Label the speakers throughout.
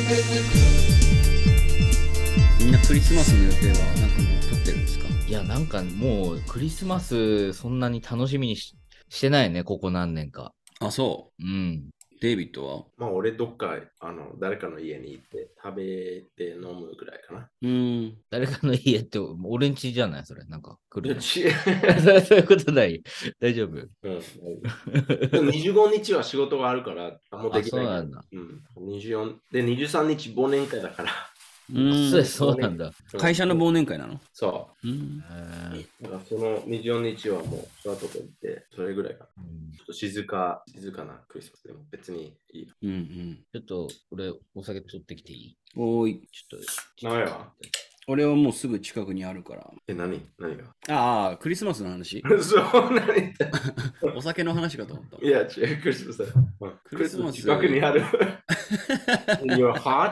Speaker 1: みんなクリスマスの予定はなんかもう取ってるんですか？
Speaker 2: いや、なんかもうクリスマスそんなに楽しみにしてないね、ここ何年か。
Speaker 1: あ、そ
Speaker 2: うん。
Speaker 1: う。デイビッドは
Speaker 3: まあ、俺どっか、誰かの家に行って食べて飲むぐらいかな。
Speaker 2: 誰かの家って俺ん家じゃないそれ。なんか来るの。
Speaker 3: うち
Speaker 2: そういうことない。大丈夫。
Speaker 3: うんでも25日は仕事があるから、もうできないけど。
Speaker 2: そうなんだ。
Speaker 3: 24で、23日忘年会だから。
Speaker 2: そうなんだ。
Speaker 1: 会社の忘年会なの？
Speaker 3: そう。
Speaker 2: へ
Speaker 3: だからその24日はもう、そのとこ行って、それぐらいかな。ちょっと静かなクリスマスでも別にいい。
Speaker 2: ちょっと俺お酒取ってきていい？
Speaker 1: おーい。
Speaker 2: ちょっと。
Speaker 3: 名前は
Speaker 1: 俺はもうすぐ近くにあるから。
Speaker 3: 何が
Speaker 1: ああ、クリスマスの話
Speaker 3: そう、何
Speaker 1: お酒の話かと思った。
Speaker 3: いや、違う、クリスマスだ。
Speaker 1: クリスマス
Speaker 3: 近くにある。You're hot?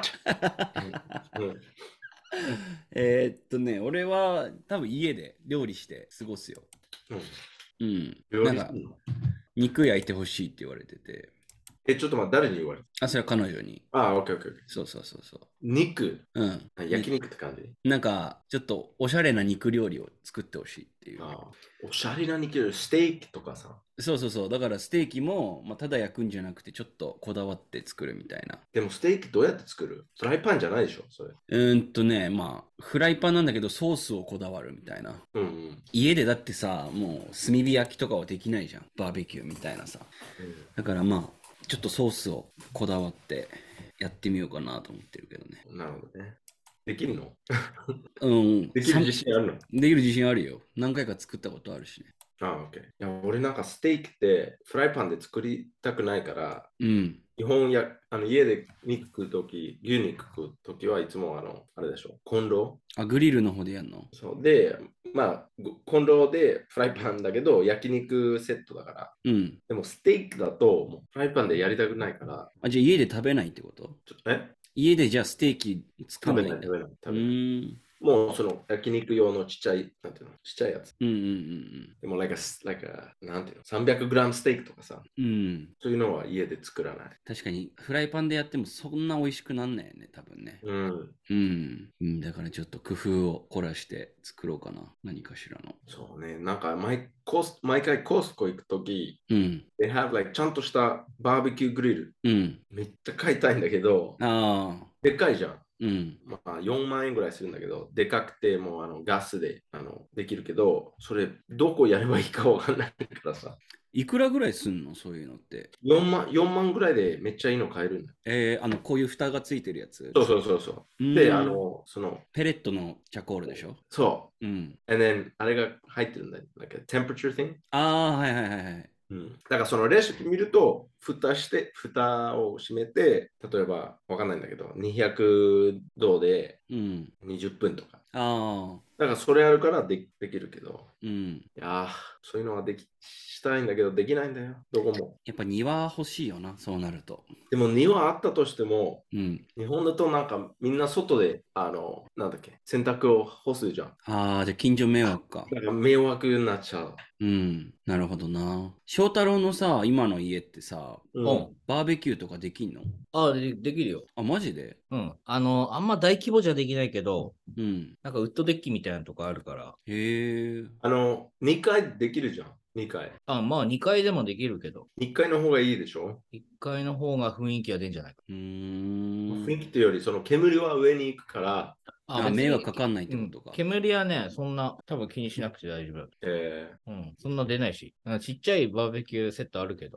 Speaker 1: 俺は多分家で料理して過ごすよ。なんか肉焼いてほしいって言われてて。
Speaker 3: ちょっと待って、誰に言われた？
Speaker 1: それは彼女に。
Speaker 3: オッケー。
Speaker 1: そう。
Speaker 3: 肉焼肉って感じ？
Speaker 1: なんか、ちょっとおしゃれな肉料理を作ってほしいっていう。
Speaker 3: おしゃれな肉料理、ステーキとかさ。
Speaker 1: そう。だからステーキも、ただ焼くんじゃなくて、ちょっとこだわって作るみたいな。
Speaker 3: でもステーキどうやって作る？フライパンじゃないでしょ、それ。
Speaker 1: フライパンなんだけど、ソースをこだわるみたいな。家でだってさ、もう炭火焼きとかはできないじゃん。バーベキューみたいなさ。だからちょっとソースをこだわってやってみようかなと思ってるけどね。
Speaker 3: なるほどね。できるの？
Speaker 1: で
Speaker 3: きる自信あるの？
Speaker 1: できる自信あるよ。何回か作ったことあるしね。
Speaker 3: オッケー。いや、俺なんかステーキってフライパンで作りたくないから、日本や家で肉食うとき、牛肉食うときはいつもあれでしょ、コンロ。
Speaker 1: グリルの方でやんの？
Speaker 3: そうで、コンロでフライパンだけど焼肉セットだから。でもステーキだともうフライパンでやりたくないから。
Speaker 1: じゃあ家で食べないってこと？家でじゃあステーキ作らないんだ。
Speaker 3: 食べない。もうその焼肉用のちっちゃいやつ。でもなんていうの、300グラムステーキとかさ。そういうのは家で作らない。
Speaker 1: 確かにフライパンでやってもそんな美味しくなんないよね、多分ね。だからちょっと工夫を凝らして作ろうかな。何かしらの。
Speaker 3: そうね。なんか毎回コスコ行くとき、they have ちゃんとしたバーベキューグリル。めっちゃ買いたいんだけど、でっかいじゃん。4万円ぐらいするんだけど、でかくてもうガスでできるけど、それどこやればいいかわかんないからさ。
Speaker 1: いくらぐらいすんのそういうのって？
Speaker 3: 4万ぐらいでめっちゃいいの買えるんだ。
Speaker 1: こういう蓋がついてるやつ？
Speaker 3: そう。で、
Speaker 1: ペレットのチャコールでしょ？
Speaker 3: そう。And then あれが入ってるんだよ。temperature thing？
Speaker 1: はい。
Speaker 3: だからそのレシピ見ると、蓋を閉めて、例えばわかんないんだけど、200度で20分とか。だからそれあるからできるけど、いやそういうのはしたいんだけど、できないんだよ、どこも。
Speaker 1: やっぱ庭欲しいよな、そうなると。
Speaker 3: でも庭あったとしても、日本だとなんかみんな外で、なんだっけ、洗濯を干すじゃん。
Speaker 1: じゃあ近所迷惑か。
Speaker 3: だから迷惑になっちゃう。
Speaker 1: なるほどな。翔太郎のさ、今の家ってさ、バーベキューとかできんの？
Speaker 2: できるよ。
Speaker 1: マジで？
Speaker 2: あんま大規模じゃできないけど、なんかウッドデッキみたいなとこあるから。
Speaker 1: へえ。
Speaker 3: 2階できるじゃん。2階。
Speaker 2: 2階でもできるけど。
Speaker 3: 1階の方がいいでしょ？
Speaker 2: 1階の方が雰囲気は出んじゃないか。
Speaker 3: 雰囲気っていうより、その煙は上に行くから、
Speaker 1: 迷惑かかんないってことか。
Speaker 2: 煙はね、そんな多分気にしなくて大丈夫だと。そんな出ないし。ちっちゃいバーベキューセットあるけど。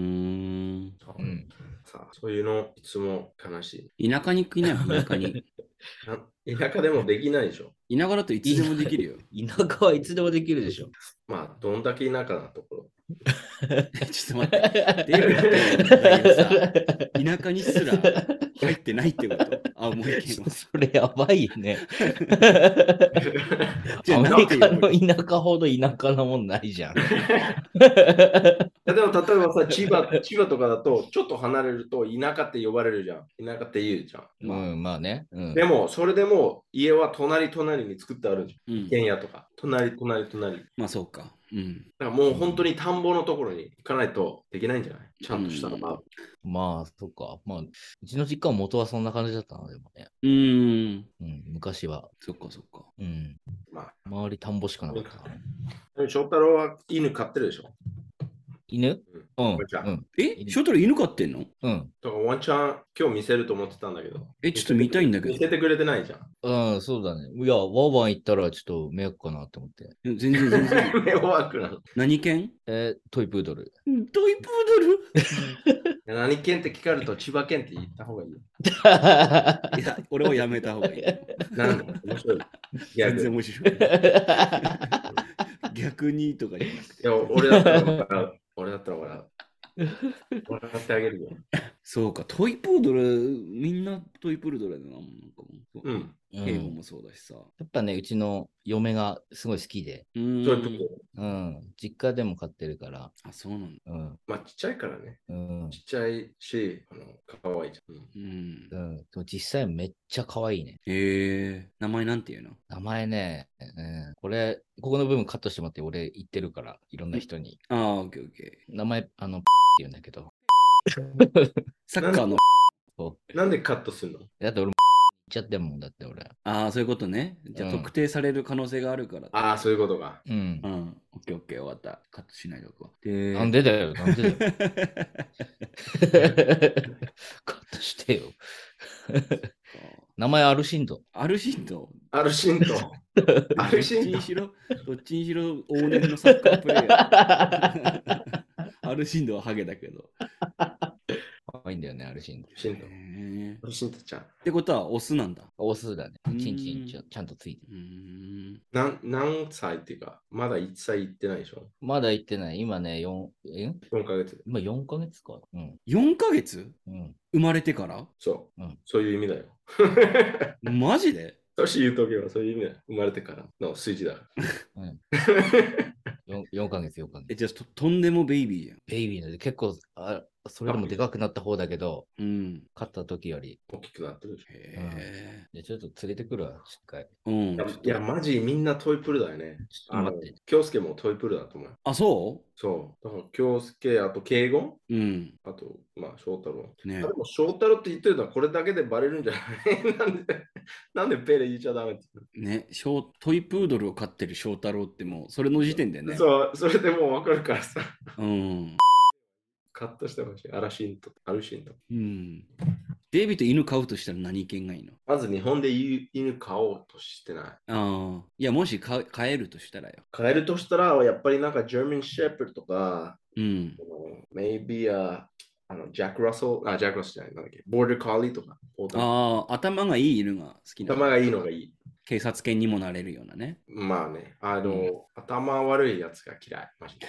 Speaker 3: そういうのいつも悲し
Speaker 1: い。田舎に行くね、田舎に。
Speaker 3: 田舎でもできないでしょ。
Speaker 1: 田舎だといつでもできるよ。
Speaker 2: 田舎はいつでもできるでしょ。
Speaker 3: どんだけ田舎なところ。
Speaker 1: ちょっと待って。デーブって田舎にすら入ってないってこと？青森県は。
Speaker 2: それやばいね。アメリカの田舎ほど田舎なもんないじゃん。
Speaker 3: でも例えばさ、千葉とかだと、ちょっと離れると田舎って呼ばれるじゃん。田舎って言うじゃん。
Speaker 2: まあね。
Speaker 3: でも、それでもも家は隣に作ってあるじゃん。一軒家とか。隣。
Speaker 1: まあそうか。
Speaker 3: だからもう本当に田んぼのところに行かないとできないんじゃない？ちゃんとした
Speaker 2: まあ、そうか。まあ、うちの実家は元はそんな感じだったのでもね。昔は。
Speaker 1: そっか。
Speaker 3: まあ、
Speaker 2: 周り田んぼしかなかった。
Speaker 3: 翔太郎は犬飼ってるでしょ？
Speaker 2: 犬？
Speaker 1: 翔太郎犬飼ってんの？
Speaker 3: だからワンちゃん今日見せると思ってたんだけど。
Speaker 1: ちょっと見たいんだけど。
Speaker 3: 見せてくれてないじゃ
Speaker 2: ん。そうだね。いや、ワンワン行ったらちょっと迷惑かなと思って。
Speaker 1: 全然。
Speaker 3: 迷惑なの。
Speaker 1: 何犬？
Speaker 2: トイプードル。
Speaker 1: トイプードル
Speaker 3: 何県って聞かれると千葉県って言った方がいいよ。
Speaker 1: いや、俺はやめた方がいい。
Speaker 3: なんで？面白い。
Speaker 1: 全然面白い。逆にとか言わなくて。
Speaker 3: いや、俺だったら笑う。笑ってあげるよ。
Speaker 1: そうか、トイプードル、みんなトイプードルだな。なんかも敬語もそうだしさ。
Speaker 2: やっぱね、うちの嫁がすごい好きで。実家でも飼ってるから。
Speaker 1: あ、そうなんだ。
Speaker 3: まあ、ちっちゃいからね。ちっちゃいし、かわいいじ
Speaker 2: ゃん。でも実際めっちゃかわいいね。
Speaker 1: 名前なんていうの？
Speaker 2: 名前ね、ここの部分カットしてもらって俺言ってるから、いろんな人に。
Speaker 1: オッケー。
Speaker 2: 名前、って言うんだけど。
Speaker 1: サッカーの。
Speaker 3: なんでカットするの？
Speaker 2: だって俺、ちゃってんもんだって俺。
Speaker 1: そういうことね。じゃあ特定される可能性があるから。
Speaker 3: そういうことか。
Speaker 1: オッケー、終わった。カットしないでおくわ。
Speaker 2: なんでだよ。カットしてよ。名前アルシンド。
Speaker 1: アルシンド
Speaker 3: どっちにしろ
Speaker 1: 往年のサッカープレイヤー。アルシンドはハゲだけど。
Speaker 2: 可愛いんだよね、アルシンド。
Speaker 3: アルシンドちゃん。
Speaker 1: ってことはオスなんだ。
Speaker 2: オスだね。チンちゃんとついてる。
Speaker 3: 何歳っていうか、まだ1歳行ってないでしょ？
Speaker 2: まだ行ってない。今ね、
Speaker 3: 4ヶ月。
Speaker 2: 今4ヶ月か。
Speaker 1: 4ヶ月？生まれてから？
Speaker 3: そう。そういう意味だよ。
Speaker 1: マジで？
Speaker 3: 年言うときはそういう意味だよ。生まれてからの数字だ。
Speaker 2: 4ヶ月。
Speaker 1: じゃあとんでもベイビーやん。
Speaker 2: ベイビーなんで結構、それでもでかくなった方だけど、飼った時より。
Speaker 3: 大きくなってるでしょ。
Speaker 2: じゃちょっと連れてくるわ、しっかり。
Speaker 3: いや、マジみんなトイプールだよね。
Speaker 2: 待って。
Speaker 3: 京介もトイプールだと思う。
Speaker 1: あ、そう？
Speaker 3: そう。だから京介、あと敬語、あと、まあ、翔太郎。でも翔太郎って言ってるのはこれだけでバレるんじゃないなんでペレ言っちゃダメって
Speaker 1: ね、トイプードルを飼ってる翔太郎ってもう、それの時点でね。
Speaker 3: そう、それでもうわかるからさ。カットしてほしい。アルシント。
Speaker 1: デイビッド犬飼うとしたら何犬がいいの？
Speaker 3: まず日本で犬飼おうとしてない。
Speaker 1: いや、もし飼えるとしたらよ。
Speaker 3: 飼えるとしたら、やっぱりなんか、ジャーマンシェプルとか、maybe ジャック・ラッセル、ジャック・ラッセルじゃない、なんだっけ、ボーダー・カーリーとか。
Speaker 1: 頭がいい犬が好きな。
Speaker 3: 頭がいいのがいい。
Speaker 1: 警察犬にもなれるようなね。
Speaker 3: まあね、頭悪いやつが嫌い、マジで。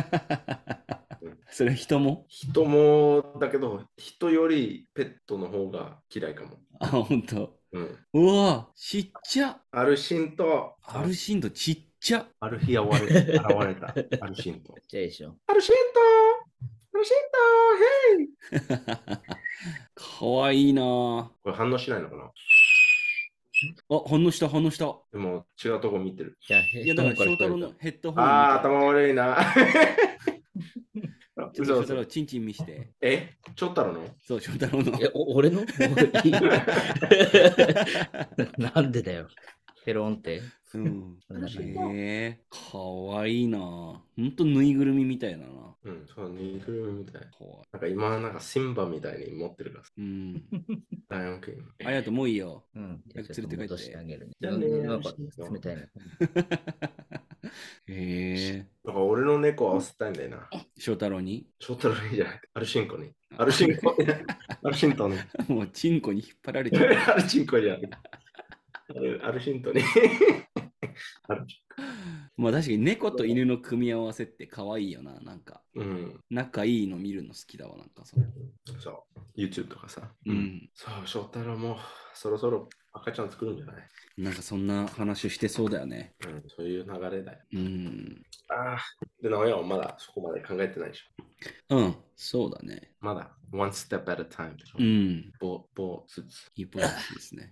Speaker 1: それは人も
Speaker 3: だけど、人よりペットの方が嫌いかも。
Speaker 1: 本当。うわ、ちっちゃ。
Speaker 3: アルシント
Speaker 1: ちっちゃ。
Speaker 3: ある日現れた。アルシント。
Speaker 2: ちっちゃいでしょ。
Speaker 3: アルシント、ヘイ
Speaker 1: かわいいな。こ
Speaker 3: れ反応しないのかな？
Speaker 1: 反応した。
Speaker 3: でも違うとこ見てる。
Speaker 1: いや、だから翔太郎のヘッドホン。
Speaker 3: 頭悪いな。
Speaker 1: 翔太郎、チンチン見して。
Speaker 3: 翔太郎の？
Speaker 1: そう、翔太郎の。
Speaker 2: 俺のなんでだよ。ペロンって。
Speaker 1: かわいいな。ほんとぬいぐるみみたいだな。
Speaker 3: そう、ぬいぐるみみたい。なんか今、なんかシンバみたいに持ってるからさ。ライオンキング。
Speaker 1: ありがとう、もういいよ。
Speaker 2: 連れて帰って。
Speaker 3: なん
Speaker 2: か冷たいね。
Speaker 3: だから俺の猫を合わせたいんだよな。
Speaker 1: 翔太郎に
Speaker 3: じゃなくて、アルシンコに。アルシントに。
Speaker 1: もうチンコに引っ張られちゃう。
Speaker 3: アルシンコじゃなくて。アルシントに。
Speaker 1: まあ確かに猫と犬の組み合わせって可愛いよな、なんか。仲いいの見るの好きだわ、なんかそう。
Speaker 3: YouTube とかさ。そう、翔太郎もそろそろ赤ちゃん作るんじゃない？
Speaker 1: なんかそんな話してそうだよね。
Speaker 3: そういう流れだよ。で、直哉はまだそこまで考えてないでし
Speaker 1: ょ。そうだね。
Speaker 3: まだ、one step at a time でしょ。
Speaker 1: 一歩ずつですね。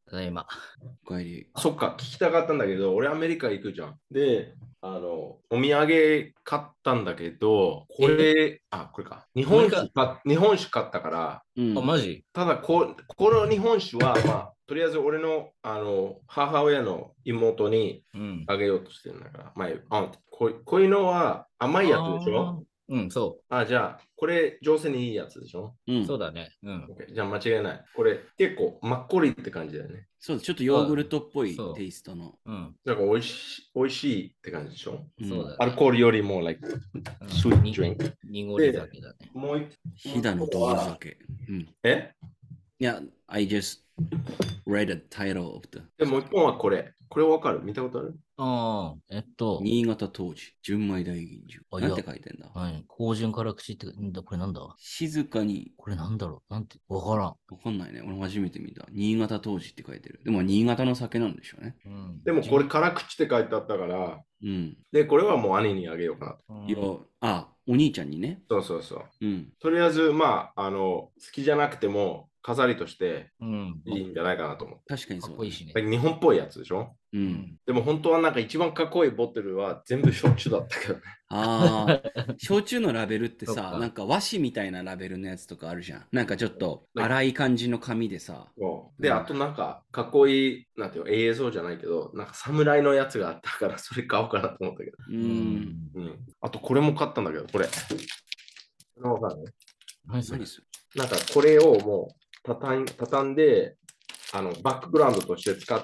Speaker 2: ただいま。
Speaker 1: 帰り。
Speaker 3: そっか、聞きたかったんだけど、俺アメリカ行くじゃん。で、お土産買ったんだけど、これか。日本酒買ったから、
Speaker 2: マジ？
Speaker 3: ただこの日本酒は、まあ、とりあえず俺の、母親の妹にあげようとしてるんだから、まあ、こういうのは甘いやつでしょ？
Speaker 2: そう。
Speaker 3: じゃあ、これ、上手にいいやつでしょ？
Speaker 2: そうだね。
Speaker 3: じゃあ、間違いない。これ、結構、マッコリって感じだよね。
Speaker 1: そう、ちょっとヨーグルトっぽいテイストの。
Speaker 3: なんか、美味しいって感じでしょ？
Speaker 2: そうだね。
Speaker 3: アルコールよりも、like、sweet drink。
Speaker 2: 濁り酒だね。
Speaker 3: もう一
Speaker 1: 飛騨の豆腐酒。いや、I just read the title of the.
Speaker 3: で、もう一本はこれ。これわかる？見たことある？
Speaker 1: 新潟当時、純米大吟醸。なんて書いてんだ？
Speaker 2: はい。芳醇辛口って、これなんだ？
Speaker 1: 静かに。
Speaker 2: これなんだろう？なんて、わからん。
Speaker 1: わかんないね。俺初めて見た。新潟当時って書いてる。でも新潟の酒なんでしょうね。
Speaker 3: でもこれ辛口って書いてあったから、で、これはもう兄にあげようかな
Speaker 1: と。お兄ちゃんにね。
Speaker 3: そう。とりあえず、まあ、好きじゃなくても、飾りとしていいんじゃないかなと思って。
Speaker 1: 確かにそう。
Speaker 2: かっこいいしね。
Speaker 3: 日本っぽいやつでしょ？でも本当はなんか一番かっこいいボトルは全部焼酎だったけどね。
Speaker 1: 焼酎のラベルってさ、なんか和紙みたいなラベルのやつとかあるじゃん。なんかちょっと粗い感じの紙でさ。
Speaker 3: で、あとなんかかっこいい、なんていうの、ASO じゃないけど、なんか侍のやつがあったから、それ買おうかなと思ったけど。あとこれも買ったんだけど、これ。わかる？
Speaker 2: 何それ？
Speaker 3: なんかこれをもう畳んで、バックグラウンドとして使って、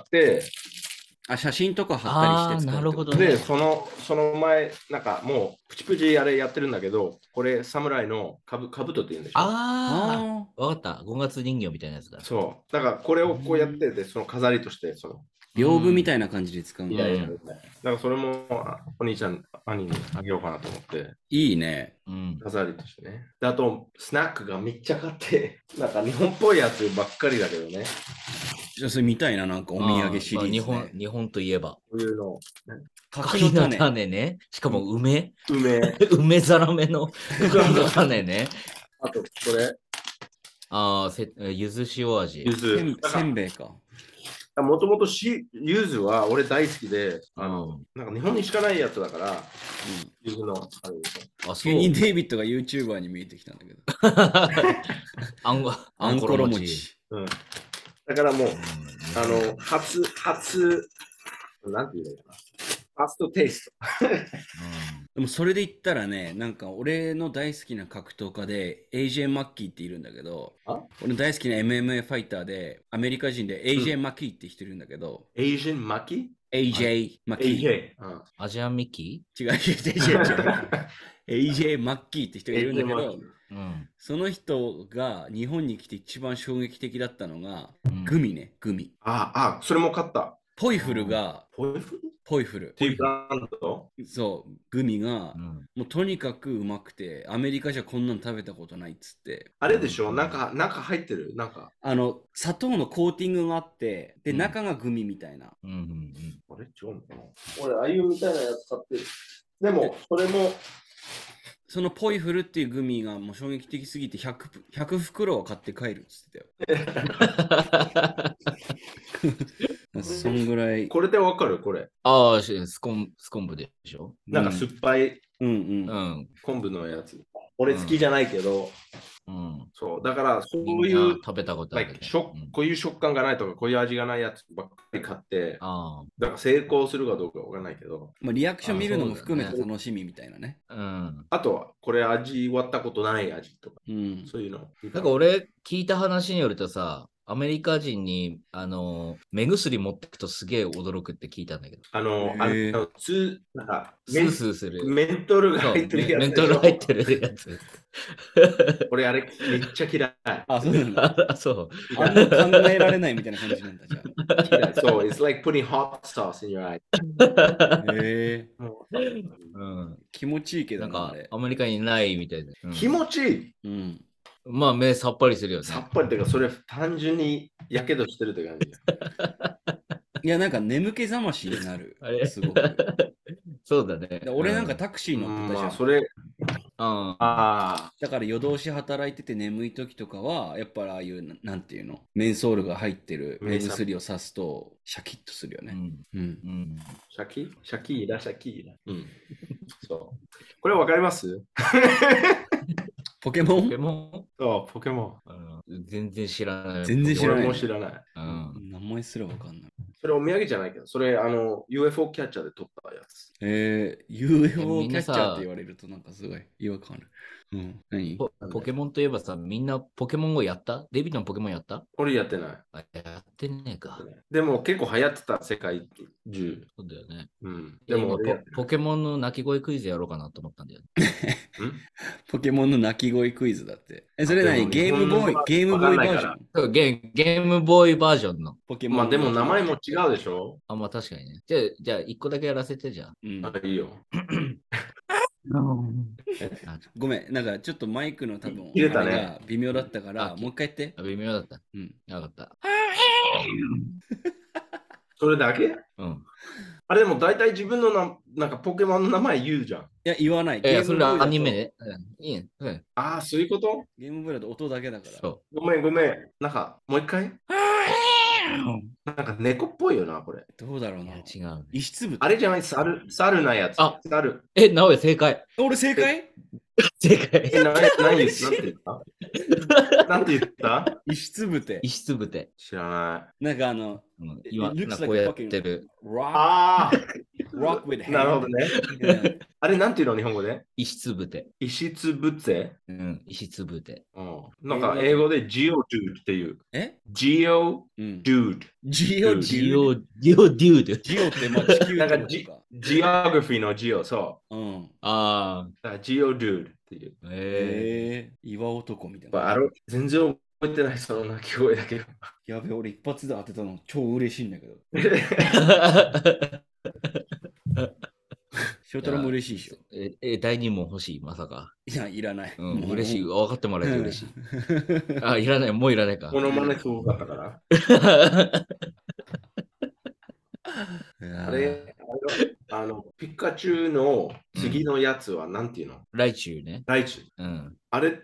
Speaker 1: 写真とか貼ったりして
Speaker 2: なるほどね。
Speaker 3: で、その前、なんかもうプチプチあれやってるんだけど、これ、侍のかぶとって言うんでしょ？
Speaker 2: わかった。5月人形みたいなやつだ。
Speaker 3: そう。だからこれをこうやってて、その飾りとして、
Speaker 1: 屏風みたいな感じで使うの。
Speaker 3: だからそれもお兄ちゃん、兄にあげようかなと思って。
Speaker 1: いいね。
Speaker 3: 飾りとしてね。で、あと、スナックがめっちゃ買って、なんか日本っぽいやつばっかりだけどね。
Speaker 1: じゃあそれ見たいな、なんかお土産シリーズ、ね。
Speaker 2: 日本といえば。
Speaker 3: こういうの。
Speaker 2: 柿の種ね。しかも梅。
Speaker 3: 梅
Speaker 2: ざらめの柿の種ね。
Speaker 3: あと、これ。
Speaker 2: ゆず塩味。
Speaker 1: せんべいか。
Speaker 3: もともとゆずは俺大好きで、なんか日本にしかないやつだから、ゆずのあれで
Speaker 1: しょ。急にデイビッドが YouTuber に見えてきたんだけど。
Speaker 2: あんころ餅。
Speaker 3: だからもう、なんていうのかな。ファーストテイスト。
Speaker 1: でもそれで言ったらね、なんか俺の大好きな格闘家で AJ マッキーっているんだけど、俺の大好きな MMA ファイターでアメリカ人で AJ マッキーって人いるんだけど、
Speaker 3: AJ マッキ
Speaker 1: ー ?AJ マッキー。
Speaker 2: アジアンミッキ
Speaker 1: ー？違う。AJ マッキーって人がいるんだけど、その人が日本に来て一番衝撃的だったのが、グミね、グミ。
Speaker 3: それも買った。
Speaker 1: ポイフルが、ポイフル。そう、グミが、もうとにかくうまくて、アメリカじゃこんなの食べたことないっつって。
Speaker 3: あれでしょ？なんか入ってる？なんか。
Speaker 1: 砂糖のコーティングがあって、で、中がグミみたいな。
Speaker 3: あれ違うのかな？俺、ああいうみたいなやつ買ってる。でも、それも、
Speaker 1: そのポイフルっていうグミがもう衝撃的すぎて100袋を買って帰るっつってたよ。そんぐらい。
Speaker 3: これでわかる？これ。
Speaker 2: スコンブでしょ？
Speaker 3: なんか酸っぱい昆布のやつ。俺好きじゃないけど、そう。だから、そういう
Speaker 2: 食べたことある、
Speaker 3: こういう食感がないとか、こういう味がないやつばっかり買って、だから成功するかどうかわからないけど。
Speaker 1: リアクション見るのも含めて楽しみみたいなね。
Speaker 3: あとは、これ味わったことない味とか、そういうの。
Speaker 2: なんか俺聞いた話によるとさ、アメリカ人に目薬持ってくとすげえ驚くって聞いたんだけど。
Speaker 3: なんか
Speaker 2: スースーする。
Speaker 3: メントルが入ってるやつ。
Speaker 2: メントル入ってるやつ。
Speaker 3: 俺あれめっちゃ嫌い。
Speaker 1: そうなんだ。
Speaker 2: そう。
Speaker 1: あんま考えられないみたいな感じなんだじゃあ。
Speaker 3: 嫌い。そう、it's like putting hot sauce in your eye.
Speaker 1: 気持ちいいけど
Speaker 2: なんかアメリカにないみたいで。
Speaker 3: 気持ちいい。
Speaker 2: まあ目さっぱりするよね。
Speaker 3: さっぱりっていうか、それ単純にやけどしてるって感じ。
Speaker 1: いや、なんか眠気覚ましになる。すごく。
Speaker 2: そうだね。
Speaker 1: 俺なんかタクシー乗ってたじゃん。
Speaker 3: それ、
Speaker 1: だから夜通し働いてて眠い時とかは、やっぱりああいう、なんていうの、メンソールが入ってる目薬をさすと、シャキッとするよね。
Speaker 3: シャキーラ。そう。これわかります
Speaker 1: ポケモン
Speaker 3: そう、ポケモ
Speaker 2: ン。全然知らない。
Speaker 1: 全然知らない。
Speaker 3: 俺も知らない。
Speaker 1: 名前すらわかんない。
Speaker 3: それお土産じゃないけど、それUFO キャッチャーで撮ったやつ。
Speaker 1: UFO キャッチャーって言われるとなんかすごい違和感ある。何
Speaker 2: ポケモンといえばさ、みんなポケモンをやった？デビッドのポケモンやった？
Speaker 3: 俺やってない。
Speaker 2: やってねえか。
Speaker 3: でも結構流行ってた、世界中。
Speaker 2: そうだよね。
Speaker 3: でも
Speaker 2: ポケモンの鳴き声クイズやろうかなと思ったんだよね。
Speaker 1: ポケモンの鳴き声クイズだって。それ何？ゲームボーイバージョン？
Speaker 2: ゲームボーイバージョンの
Speaker 1: ポケモン。
Speaker 3: まあでも名前も違うでしょ？
Speaker 2: まあ確かにね。じゃあ一個だけやらせてじゃあ。
Speaker 3: いいよ。
Speaker 1: ごめん、なんかちょっとマイクの多分
Speaker 3: 入れたね。
Speaker 1: 微妙だったから、もう一回言って。
Speaker 2: 微妙だった。わかった。
Speaker 3: それだけ？あれでも大体自分のなんかポケモンの名前言うじゃん。い
Speaker 1: や、言わない。
Speaker 2: それアニメで。いいね。
Speaker 3: ああ、そういうこと？
Speaker 1: ゲームボーイだと音だけだから。
Speaker 3: ごめん。なんか、もう一回？なんか猫っぽいよな、これ。
Speaker 1: どうだろうな。
Speaker 2: 違う。
Speaker 1: 石粒。
Speaker 3: あれじゃない、猿なやつ。猿。
Speaker 2: なおや正解。
Speaker 1: 俺正解？
Speaker 2: 正解。
Speaker 3: なんて言った？
Speaker 1: 石つぶて。
Speaker 2: 石つぶて。
Speaker 3: 知らない。
Speaker 2: なんか今、こうやってる。
Speaker 1: Rock with hand.
Speaker 3: なるほどね。あれなんていうの日本語で？
Speaker 2: 石つぶて。
Speaker 3: 石つぶて？
Speaker 2: 石つぶて。
Speaker 3: なんか英語で Geodude っていう。Geodude。
Speaker 2: Geodude。
Speaker 1: Geo ってまあ地球
Speaker 3: なんかGeography の Geo、そう。Geodude っていう。
Speaker 1: 岩男みたいな。
Speaker 3: 全然覚えてない、その鳴き声だけど。
Speaker 1: やべ、俺一発で当てたの超嬉しいんだけど。翔太郎も嬉しいでしょ。
Speaker 2: 第2問欲しい、まさか。
Speaker 1: いや、いらない。
Speaker 2: 嬉しい。分かってもらえて嬉しい。いらない、もういらないか。
Speaker 3: このまねすごかったから。あれ、ピカチュウの次のやつはなんていうの？
Speaker 2: ライチュウね。
Speaker 3: ライチュウ。あれって、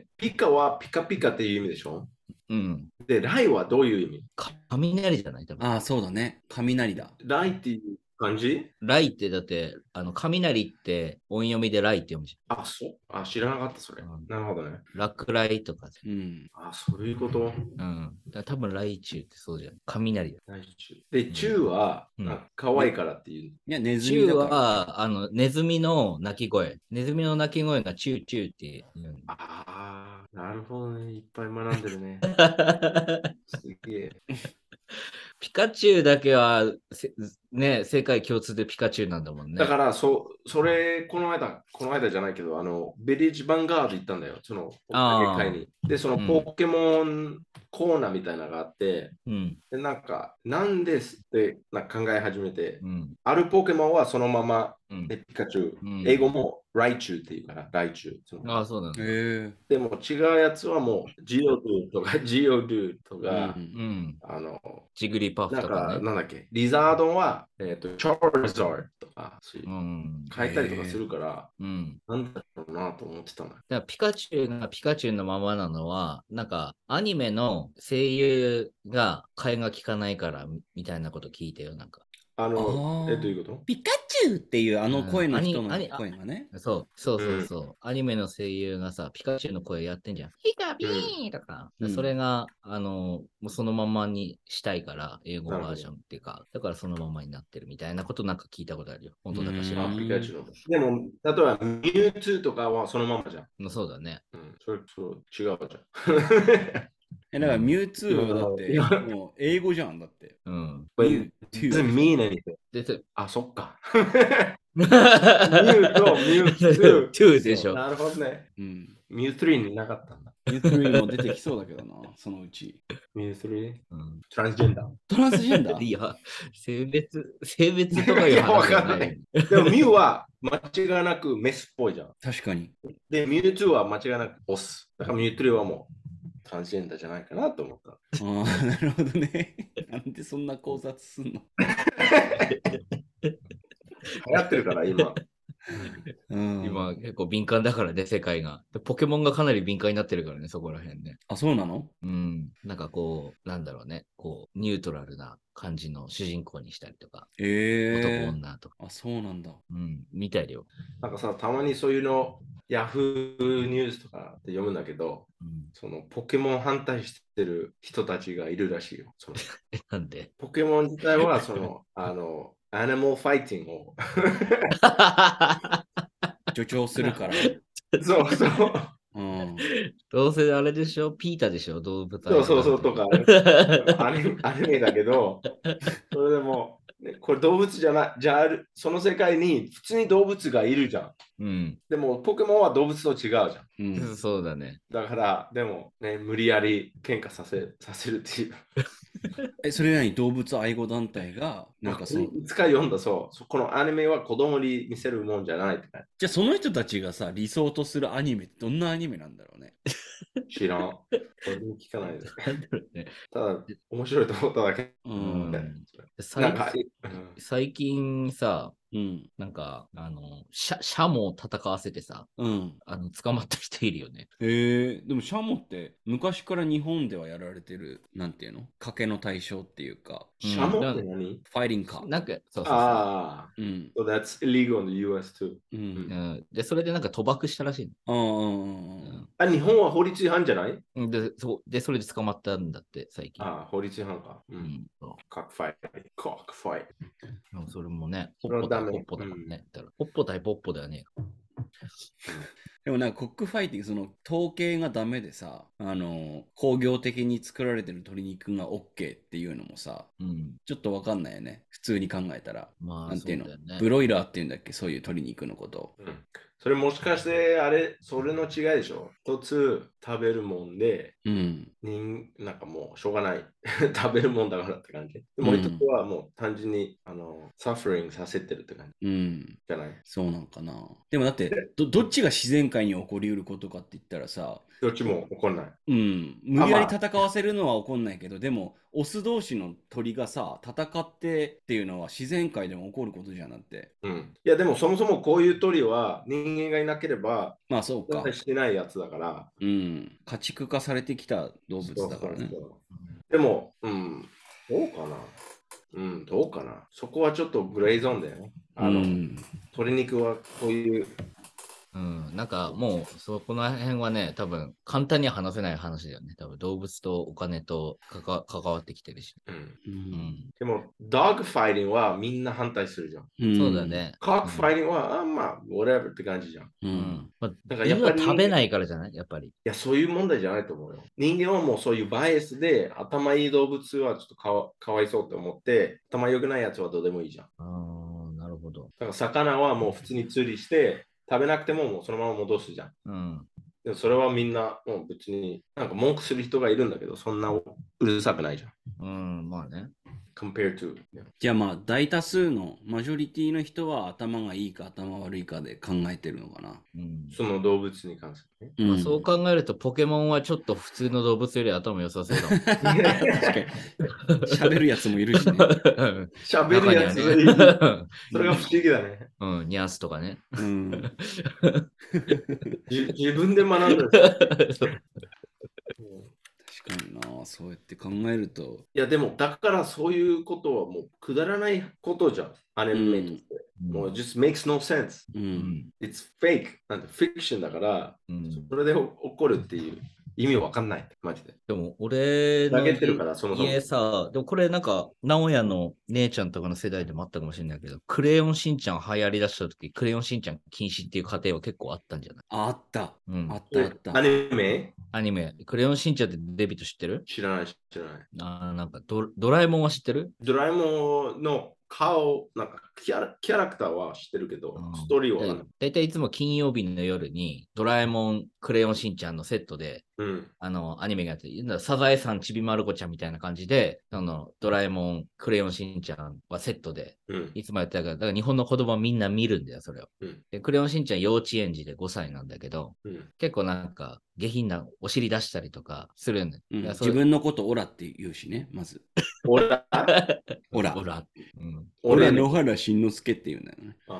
Speaker 3: ピカはピカピカっていう意味でしょ？で、ライはどういう意味？
Speaker 2: 雷じゃない？多分。
Speaker 1: そうだね。雷だ。
Speaker 3: ライっていう感じ？
Speaker 2: ライってだって、雷って音読みでライって読むじ
Speaker 3: ゃん。そう。知らなかった、それ。なるほどね。
Speaker 2: 落雷とか。
Speaker 3: そういうこと？
Speaker 2: 多分ライチュウってそうじゃん。雷だ。
Speaker 3: ライチュウ。で、チュウは、可愛いからっていう。
Speaker 1: いや、ネズミだから。
Speaker 2: チュウは、ネズミの鳴き声。ネズミの鳴き声がチュウチュウって言う。
Speaker 3: なるほどね。いっぱい学んでるね。すげえ。
Speaker 2: ピカチュウだけはね、世界共通でピカチュウなんだもんね。
Speaker 3: だから、それ、この間じゃないけど、ビレッジヴァンガード行ったんだよ、その、会に。で、そのポケモンコーナーみたいなのがあって、で、なんか、なんですって考え始めて、あるポケモンはそのまま、ピカチュウ、英語もライチュウっていうから、ライチュウ。
Speaker 2: そうなんだ。
Speaker 3: でも違うやつはもう、ジオドゥとか、ジオドゥとか、
Speaker 2: ジグリパフとかね。
Speaker 3: なんだっけ、リザードンは、チャーザーとか、変えたりとかするから、なんだろうなと思ってたの。だ
Speaker 2: からピカチュウがピカチュウのままなのは、なんか、アニメの声優が替えが効かないからみたいなこと聞いてよ、なんか。
Speaker 3: どういうこと？
Speaker 1: ピカチュウっていう声の人の声がね。
Speaker 2: そう。アニメの声優がさ、ピカチュウの声やってんじゃん。ピカピーとか。それが、もうそのままにしたいから、英語バージョンっていうか、だからそのままになってるみたいなことなんか聞いたことあるよ。本当だかしら。
Speaker 3: ピカチュウの。でも、例えばミュウツーとかはそのままじゃん。
Speaker 2: そうだね。
Speaker 3: それ違うじゃん。
Speaker 1: だからミュウツーはだってもう英語じゃんだって。
Speaker 3: But it doesn't mean anything. そっか。ミュウとミュウツ
Speaker 2: ーでしょ。
Speaker 3: なるほどね。ミュウ3になかったんだ。
Speaker 1: ミュウ3も出てきそうだけどな、そのうち。
Speaker 3: ミュウ 3？ トランスジェンダー。
Speaker 1: トランスジェンダー？
Speaker 2: いや、性別とかいう話じゃない。
Speaker 3: でもミュウは間違いなくメスっぽいじゃん。
Speaker 1: 確かに。
Speaker 3: で、ミュウ2は間違いなくオス。だからミュウ3はもうトランスジェンダーじゃないかなと思った。
Speaker 1: なるほどね。なんでそんな考察すんの？
Speaker 3: 流行ってるから今。
Speaker 2: 今結構敏感だからね、世界が。ポケモンがかなり敏感になってるからね、そこら辺ね。
Speaker 1: あ、そうなの？
Speaker 2: うん。なんかこう、なんだろうね。こう、ニュートラルな感じの主人公にしたりとか。男女とか。
Speaker 1: あ、そうなんだ。
Speaker 2: うん。みたいだよ。
Speaker 3: なんかさ、たまにそういうの、ヤフーニュースとかって読むんだけど、そのポケモン反対してる人たちがいるらしいよ。
Speaker 2: なんで
Speaker 3: ポケモン自体は、アニマルファイティングを
Speaker 1: 助長するから。
Speaker 3: そうそう。
Speaker 2: どうせあれでしょピータでしょ動物
Speaker 3: そうとか、アニメだけど、それでも、これ動物じゃない、じゃあその世界に普通に動物がいるじゃん。
Speaker 2: うん。
Speaker 3: でも、ポケモンは動物と違うじゃん。
Speaker 2: そうだね。
Speaker 3: だから、でも、ね、無理やり喧嘩させるっていう。
Speaker 1: それなりに動物愛護団体が、なんかそう。
Speaker 3: いつか読んだこのアニメは子供に見せるもんじゃないって。
Speaker 1: じゃあその人たちがさ、理想とするアニメってどんなアニメなんだろうね。
Speaker 3: 知らん。俺に聞かないで。ただ、面白いと思っただけ。
Speaker 2: 最近さ、なんか、シャモを戦わせてさ、捕まった人いるよね。
Speaker 1: でもシャモって昔から日本ではやられてる、なんていうの賭けの対象っていうか。
Speaker 3: シャモって何？
Speaker 1: ファイティングカー。
Speaker 2: なんか、そう。
Speaker 3: ああ。So that's illegal in the US too.
Speaker 2: で、それでなんか賭博したらしい
Speaker 3: の。日本は法律違反じゃない？
Speaker 2: で、それで捕まったんだって、最近。
Speaker 3: 法律違反か。コックファイト。
Speaker 2: それもね、ポッポ対ポッポだからね。ポッポ対ポッポだよね。
Speaker 1: でもなんかコックファイティング、その統計がダメでさ、工業的に作られてる鶏肉が OK っていうのもさ、ちょっとわかんないよね。普通に考えたら。なんていうの、ブロイラーっていうんだっけ、そういう鶏肉のことを。
Speaker 3: それもしかして、それの違いでしょ。一つ食べるもんで、なんかもうしょうがない。食べるもんだからって感じ。でもう一つはもう単純に、サフリングさせてるって感じ。じゃない？
Speaker 1: そうなんかな。でもだって、どっちが自然界に起こりうることかって言ったらさ、
Speaker 3: どっちも起こんない。
Speaker 1: 無理やり戦わせるのは起こんないけど、でも、オス同士の鳥がさ、戦ってっていうのは自然界でも起こることじゃなくて。
Speaker 3: いや、でもそもそもこういう鳥は人間がいなければ、
Speaker 1: まあそうか。
Speaker 3: してないやつだから。
Speaker 1: 家畜化されてきた動物だからね。
Speaker 3: でも、どうかな。どうかな。そこはちょっとグレーゾーンだよね。鶏肉はこういう。
Speaker 2: なんかもう、この辺はね、多分簡単には話せない話だよね。多分動物とお金と関わってきてるし。
Speaker 3: でも、ドッグファイティングはみんな反対するじゃん。
Speaker 2: そうだね。
Speaker 3: コックファイティングは、まあ、whatever って感じじゃん。
Speaker 2: だからやっぱり食べないからじゃないやっぱり。い
Speaker 3: や、そういう問題じゃないと思うよ。人間はもうそういうバイアスで、頭いい動物はちょっとかわいそうって思って、頭良くないやつはどうでもいいじゃん。
Speaker 2: なるほど。
Speaker 3: だから魚はもう普通に釣りして、食べなくてももうそのまま戻すじゃん。でもそれはみんなもう別になんか文句する人がいるんだけど、そんなうるさくないじゃ
Speaker 2: ん。まあね。
Speaker 3: compared to。
Speaker 1: じゃあまあ大多数のマジョリティの人は頭がいいか頭悪いかで考えてるのかな。
Speaker 3: その動物に関する
Speaker 2: ね。そう考えるとポケモンはちょっと普通の動物より頭良さそうだもん。確かに。
Speaker 1: 喋るやつもいるしね。
Speaker 3: 喋るやつもいる。それが不思議だね。
Speaker 2: ニャースとかね。
Speaker 3: 自分で学んだ。
Speaker 1: 確かにな、そうやって考えると。
Speaker 3: いや、でも、だからそういうことはもうくだらないことじゃん。アニメとして。もう、just makes no sense. It's fake. なんて、フィクションだから、それで起こるっていう意味わかんない。マジで。
Speaker 2: でも、俺の
Speaker 3: 家
Speaker 2: さ、でもこれなんか、直哉の姉ちゃんとかの世代でもあったかもしれないけど、クレヨンしんちゃん流行りだした時、クレヨンしんちゃん禁止っていう家庭は結構あったんじゃない？
Speaker 1: あった。あった。
Speaker 3: アニメ、
Speaker 2: クレヨンしんちゃんってデビット知ってる？
Speaker 3: 知らない。
Speaker 2: なんかドラえもんは知ってる？
Speaker 3: ドラえもんの顔、なんかキャラクターは知ってるけど、ストーリーは
Speaker 2: だいたいいつも金曜日の夜にドラえもん、クレヨンしんちゃんのセットで、アニメがやって、サザエさん、ちびまる子ちゃんみたいな感じで、ドラえもん、クレヨンしんちゃんはセットで、いつもやってたから、だから日本の子供はみんな見るんだよ、それを。でクレヨンしんちゃん幼稚園児で5歳なんだけど、結構なんか下品なお尻出したりとかするんだよ。
Speaker 1: 自分のことオラって言うしね、まず。
Speaker 3: オラ
Speaker 1: オラ。
Speaker 2: オラ。
Speaker 1: オラ野原しんのすけっていうんだよね。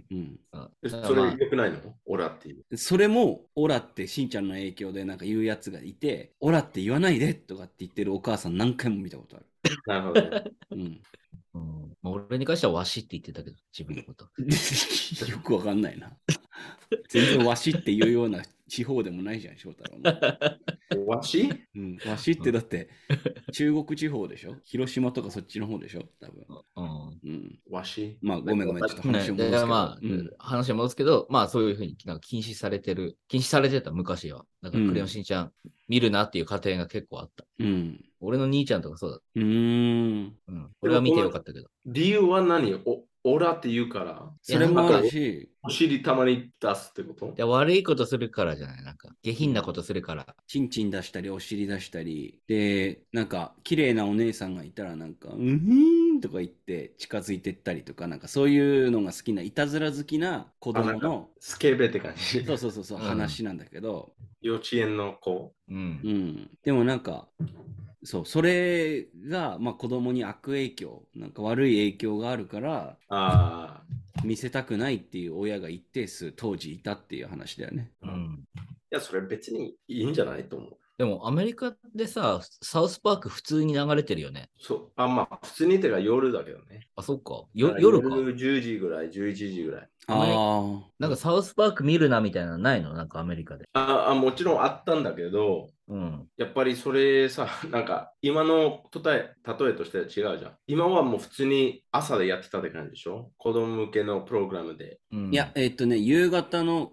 Speaker 1: うん。
Speaker 3: それ良くないの？オラっていう。
Speaker 1: それも、オラってしんちゃんの影響でなんか言うやつがいて、オラって言わないでとかって言ってるお母さん何回も見たことある。
Speaker 3: なるほど。
Speaker 2: うん。俺に関してはわしって言ってたけど、自分のこと。
Speaker 1: よくわかんないな。全然わしっていうような地方でもないじゃん、翔太郎
Speaker 3: も。わし？
Speaker 1: うん、わしってだって、中国地方でしょ？広島とかそっちの方でしょ？多分。
Speaker 3: うん。わし？
Speaker 1: まあ、ごめん、ちょっと話を戻すけど。
Speaker 2: まあ、話を戻すけど、まあ、そういうふうになんか禁止されてた、昔は。なんか、クレヨンしんちゃん見るなっていう家庭が結構あった。俺の兄ちゃんとかそうだった。俺は見てよかったけど。
Speaker 3: 理由は何？オラって言うから。
Speaker 1: それもあるし、
Speaker 3: お尻たまに出すってこと？
Speaker 2: いや、悪いことするからじゃない。なんか、下品なことするから。
Speaker 1: チンチン出したり、お尻出したり。で、なんか、綺麗なお姉さんがいたら、なんか、とか言って近づいてったりとか、なんかそういうのが好きな、いたずら好きな子供の。
Speaker 3: スケベって感じ。
Speaker 1: そう、話なんだけど。
Speaker 3: 幼稚園の子。
Speaker 1: でもなんか、それが、まあ、子供に悪影響、なんか悪い影響があるから、見せたくないっていう親が一定数当時いたっていう話だよね。
Speaker 3: いや、それ別にいいんじゃないと思う。
Speaker 2: でもアメリカでさ、サウスパーク普通に流れてるよね。
Speaker 3: まあ普通にてか夜だけどね。
Speaker 2: あ、そっか。
Speaker 3: 夜か。10時ぐらい、11時ぐらい。
Speaker 2: なんかサウスパーク見るなみたいなのないの？なんかアメリカで。
Speaker 3: もちろんあったんだけど、やっぱりそれさ、なんか今の例えとしては違うじゃん。今はもう普通に朝でやってたって感じでしょ？子供向けのプログラムで。
Speaker 1: いや、夕方の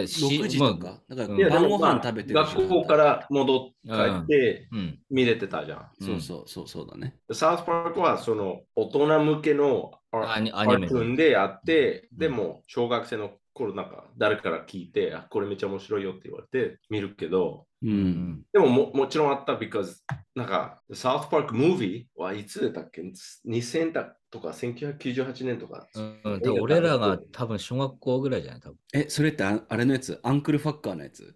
Speaker 1: 6時とか。だから晩ご飯食べてる
Speaker 3: 学校から戻って見れてたじゃん。
Speaker 1: そうだね。
Speaker 3: サウスパークはその大人向けのアニメでやって、でも小学生の頃なんか誰から聞いて、これめっちゃ面白いよって言われて見るけど、でももちろんあった、because なんかサウスパークムービーはいつだっけ？ 2000 だとか1998年とか。
Speaker 2: 俺らが多分小学校ぐらいじゃない？多分。
Speaker 1: それってあれのやつ？アンクルファッカーのやつ？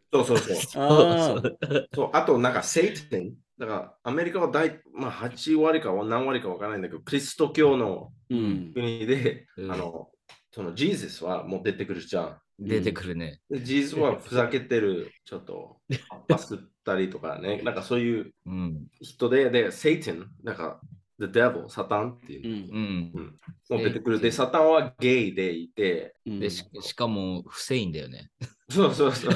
Speaker 3: あとなんかセイテン。だからアメリカは8割か何割かわからないんだけど、クリスト教の国で、そのジーザスはもう出てくるじゃん。
Speaker 2: 出てくるね。
Speaker 3: ジーザスはふざけてる、ちょっとパスったりとかね、なんかそういう人で、セイテン、なんか The Devil、サタンっていう、もう出てくる。で、サタンはゲイでいて、
Speaker 2: でしかもフセインだよね。
Speaker 3: そう。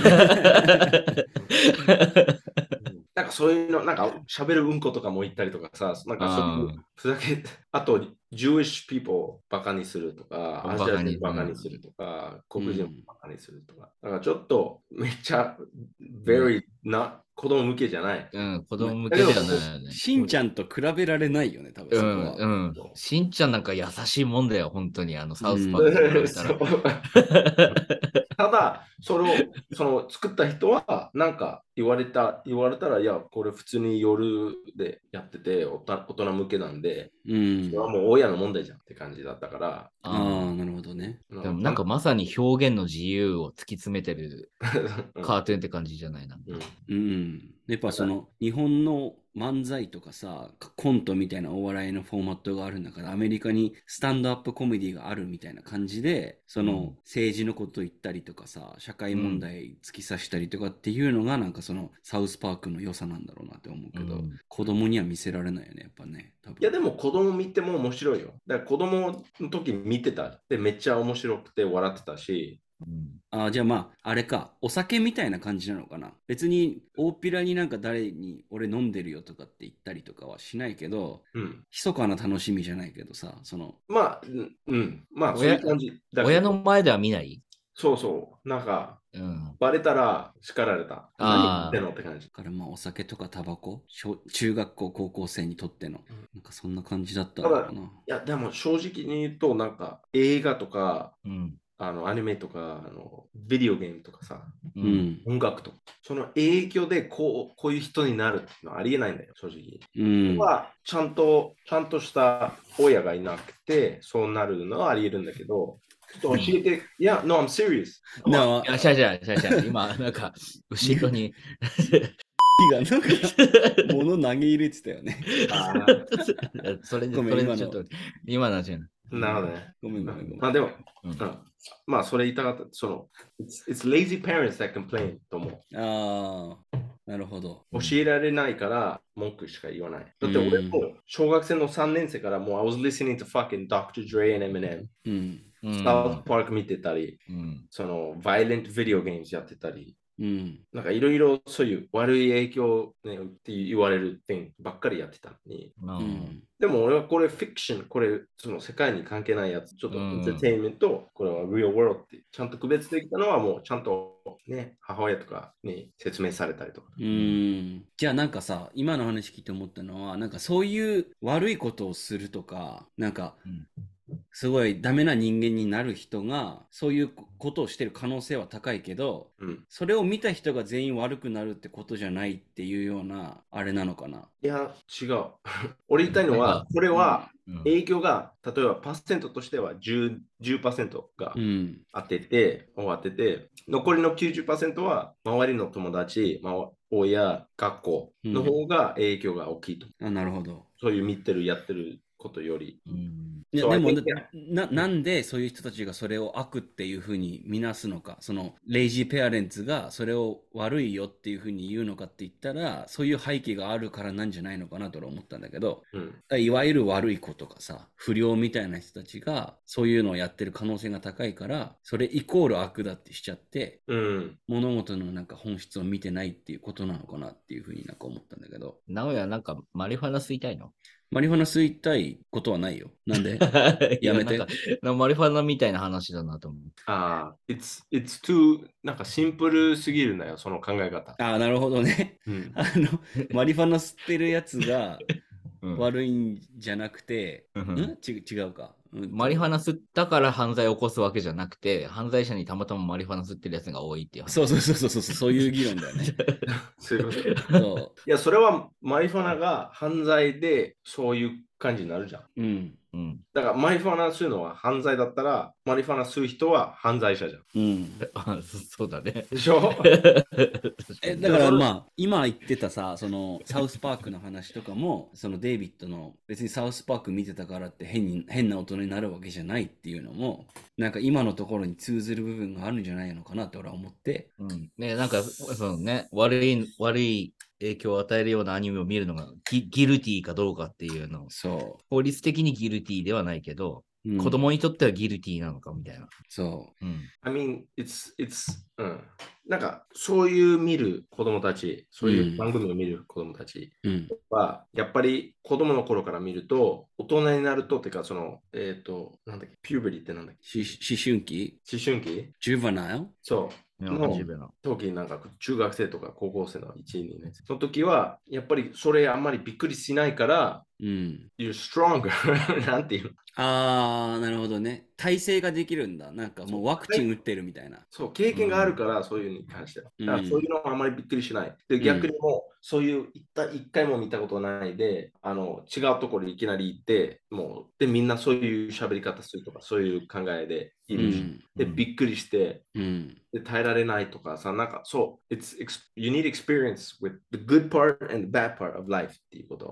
Speaker 3: なんかそういうの、なんか喋るうんことかも言ったりとかさ、なんかそういうふざけ、あと、Jewish people バカにするとか、アジア人バカにするとか、黒人バカにするとか、だからちょっとめっちゃ、very な、子供向けじゃない。
Speaker 2: 子供向けじゃないよね。
Speaker 1: しんちゃんと比べられないよね、多分そこは。
Speaker 2: しんちゃんなんか優しいもんだよ、本当に。サウスパークと比べたら。
Speaker 3: ただ、その作った人は、なんか言われたら、いや、これ普通に夜でやってて、大人向けなんで、それはもう親の問題じゃんって感じだったから。
Speaker 1: なるほどね。
Speaker 2: でもなんかまさに表現の自由を突き詰めてるカートゥーンって感じじゃないな。
Speaker 1: やっぱその日本の漫才とかさ、コントみたいなお笑いのフォーマットがあるんだから、アメリカにスタンドアップコメディがあるみたいな感じで、その政治のこと言ったりとかさ、社会問題突き刺したりとかっていうのがなんかそのサウスパークの良さなんだろうなって思うけど、子供には見せられないよね、やっぱね。
Speaker 3: いやでも子供見ても面白いよ。だから子供の時見てたでめっちゃ面白くて笑ってたし、
Speaker 1: じゃあまあ、あれか、お酒みたいな感じなのかな。別に、大っぴらになんか誰に俺飲んでるよとかって言ったりとかはしないけど、密かな楽しみじゃないけどさ、その。
Speaker 3: まあ、そういう感じ。
Speaker 2: 親の前では見ない？
Speaker 3: そう。なんか、バレたら叱られた。何言ってんのって感じ。
Speaker 1: だからまあ、お酒とかタバコ、中学校、高校生にとっての、なんかそんな感じだったのかな。い
Speaker 3: や、でも正直に言うと、なんか映画とか、アニメとかビデオゲームとかさ、音楽とか、その影響でこういう人になるっていうのはありえないんだよ、正直。はちゃんとした親がいなくて、そうなるのはありえるんだけど、ちょっと教えて、いや、no, I'm serious.
Speaker 2: いや、シャ今、なんか、後ろに
Speaker 1: がなんか物投げ入れてたよね。
Speaker 2: それちょっと、今のじゃん。
Speaker 3: なるほどね。
Speaker 1: ごめんごめんごめん。
Speaker 3: まあでも、まあそれ言いたかった。it's lazy parents that complain と思う。
Speaker 1: ああ、なるほど。
Speaker 3: 教えられないから文句しか言わない。だって俺も小学生の3年生からもう I was listening to fucking Dr. Dre and Eminem。サウスパーク見てたり、その、violent video games やってたり、なんかいろいろそういう悪い影響、ね、って言われる点ばっかりやってたのに。でも俺はこれフィクション、これその世界に関係ないやつ、ちょっとエンターテインメント、これは real world ってちゃんと区別できたのはもうちゃんとね、母親とかに説明されたりとか。
Speaker 1: じゃあなんかさ、今の話聞いて思ったのは、なんかそういう悪いことをするとか、なんか、すごいダメな人間になる人がそういうことをしてる可能性は高いけど、それを見た人が全員悪くなるってことじゃないっていうようなあれなのかな。
Speaker 3: いや違う。俺言いたいのはこれは影響が例えばパーセントとしては 10% が当てて、残りの 90% は周りの友達、親、学校の方が影響が大きいと。
Speaker 1: なるほど。
Speaker 3: そういう見てるやってることより。
Speaker 1: いやでもなんでそういう人たちがそれを悪っていうふうに見なすのか、そのレイジーペアレンツがそれを悪いよっていうふうに言うのかって言ったら、そういう背景があるからなんじゃないのかなと思ったんだけど、いわゆる悪い子とかさ、不良みたいな人たちがそういうのをやってる可能性が高いから、それイコール悪だってしちゃって、物事のなんか本質を見てないっていうことなのかなっていうふうになんか思ったんだけど。
Speaker 2: 名古屋なんかマリファナ吸いたいの？
Speaker 1: マリファナ吸いたいことはないよ。なんでやめて。
Speaker 2: マリファナみたいな話だなと思う。
Speaker 3: it's too なんかシンプルすぎるんだよ、その考え方。
Speaker 1: なるほどね。マリファナ吸ってるやつが悪いんじゃなくて、違うか。
Speaker 2: マリファナ吸ったから犯罪を起こすわけじゃなくて、犯罪者にたまたまマリファナ吸ってるやつが多いっていう話。
Speaker 1: そういう議論だよね。
Speaker 3: いや、それはマリファナが犯罪でそういう感じになるじゃん。だからマリファナ吸うのは犯罪だったら、マリファナ吸う人は犯罪者じゃん。
Speaker 2: そうだね。
Speaker 3: でしょ
Speaker 1: だからまあ、今言ってたさ、そのサウスパークの話とかも、そのデイビッドの別にサウスパーク見てたからって変な大人になるわけじゃないっていうのも、なんか今のところに通ずる部分があるんじゃないのかなって俺は思って。
Speaker 2: ね、なんか、そのね、悪い影響を与えるようなアニメを見るのがギルティーかどうかっていうの。法律的にギルティーではないけど、子供にとってはギルティーなのかみたいな。
Speaker 3: I mean, it's なんかそういう見る子供たち、そういう番組を見る子供たちは、やっぱり子供の頃から見ると、大人になるとっていうか、その、なんだっけ、ピューベリーってなんだっけ、
Speaker 1: 思春期ジュバナイル
Speaker 3: そう。の時なんか中学生とか高校生の1、2年生。その時はやっぱりそれあんまりびっくりしないから、you're stronger なんていう
Speaker 1: の。なるほどね。耐性ができるんだ。なんかもうワクチン打ってるみたいな。
Speaker 3: そう、経験があるから、そういうに関しては。だからそういうのはあんまりびっくりしない。で、逆にもう、そういう一回も見たことないで、違うところにいきなり行って、もう、で、みんなそういう喋り方するとか、そういう考えでいるし、で、びっくりして、で、耐えられないとかさ、なんかそう、you need experience with the good part and the bad part of life っていうこと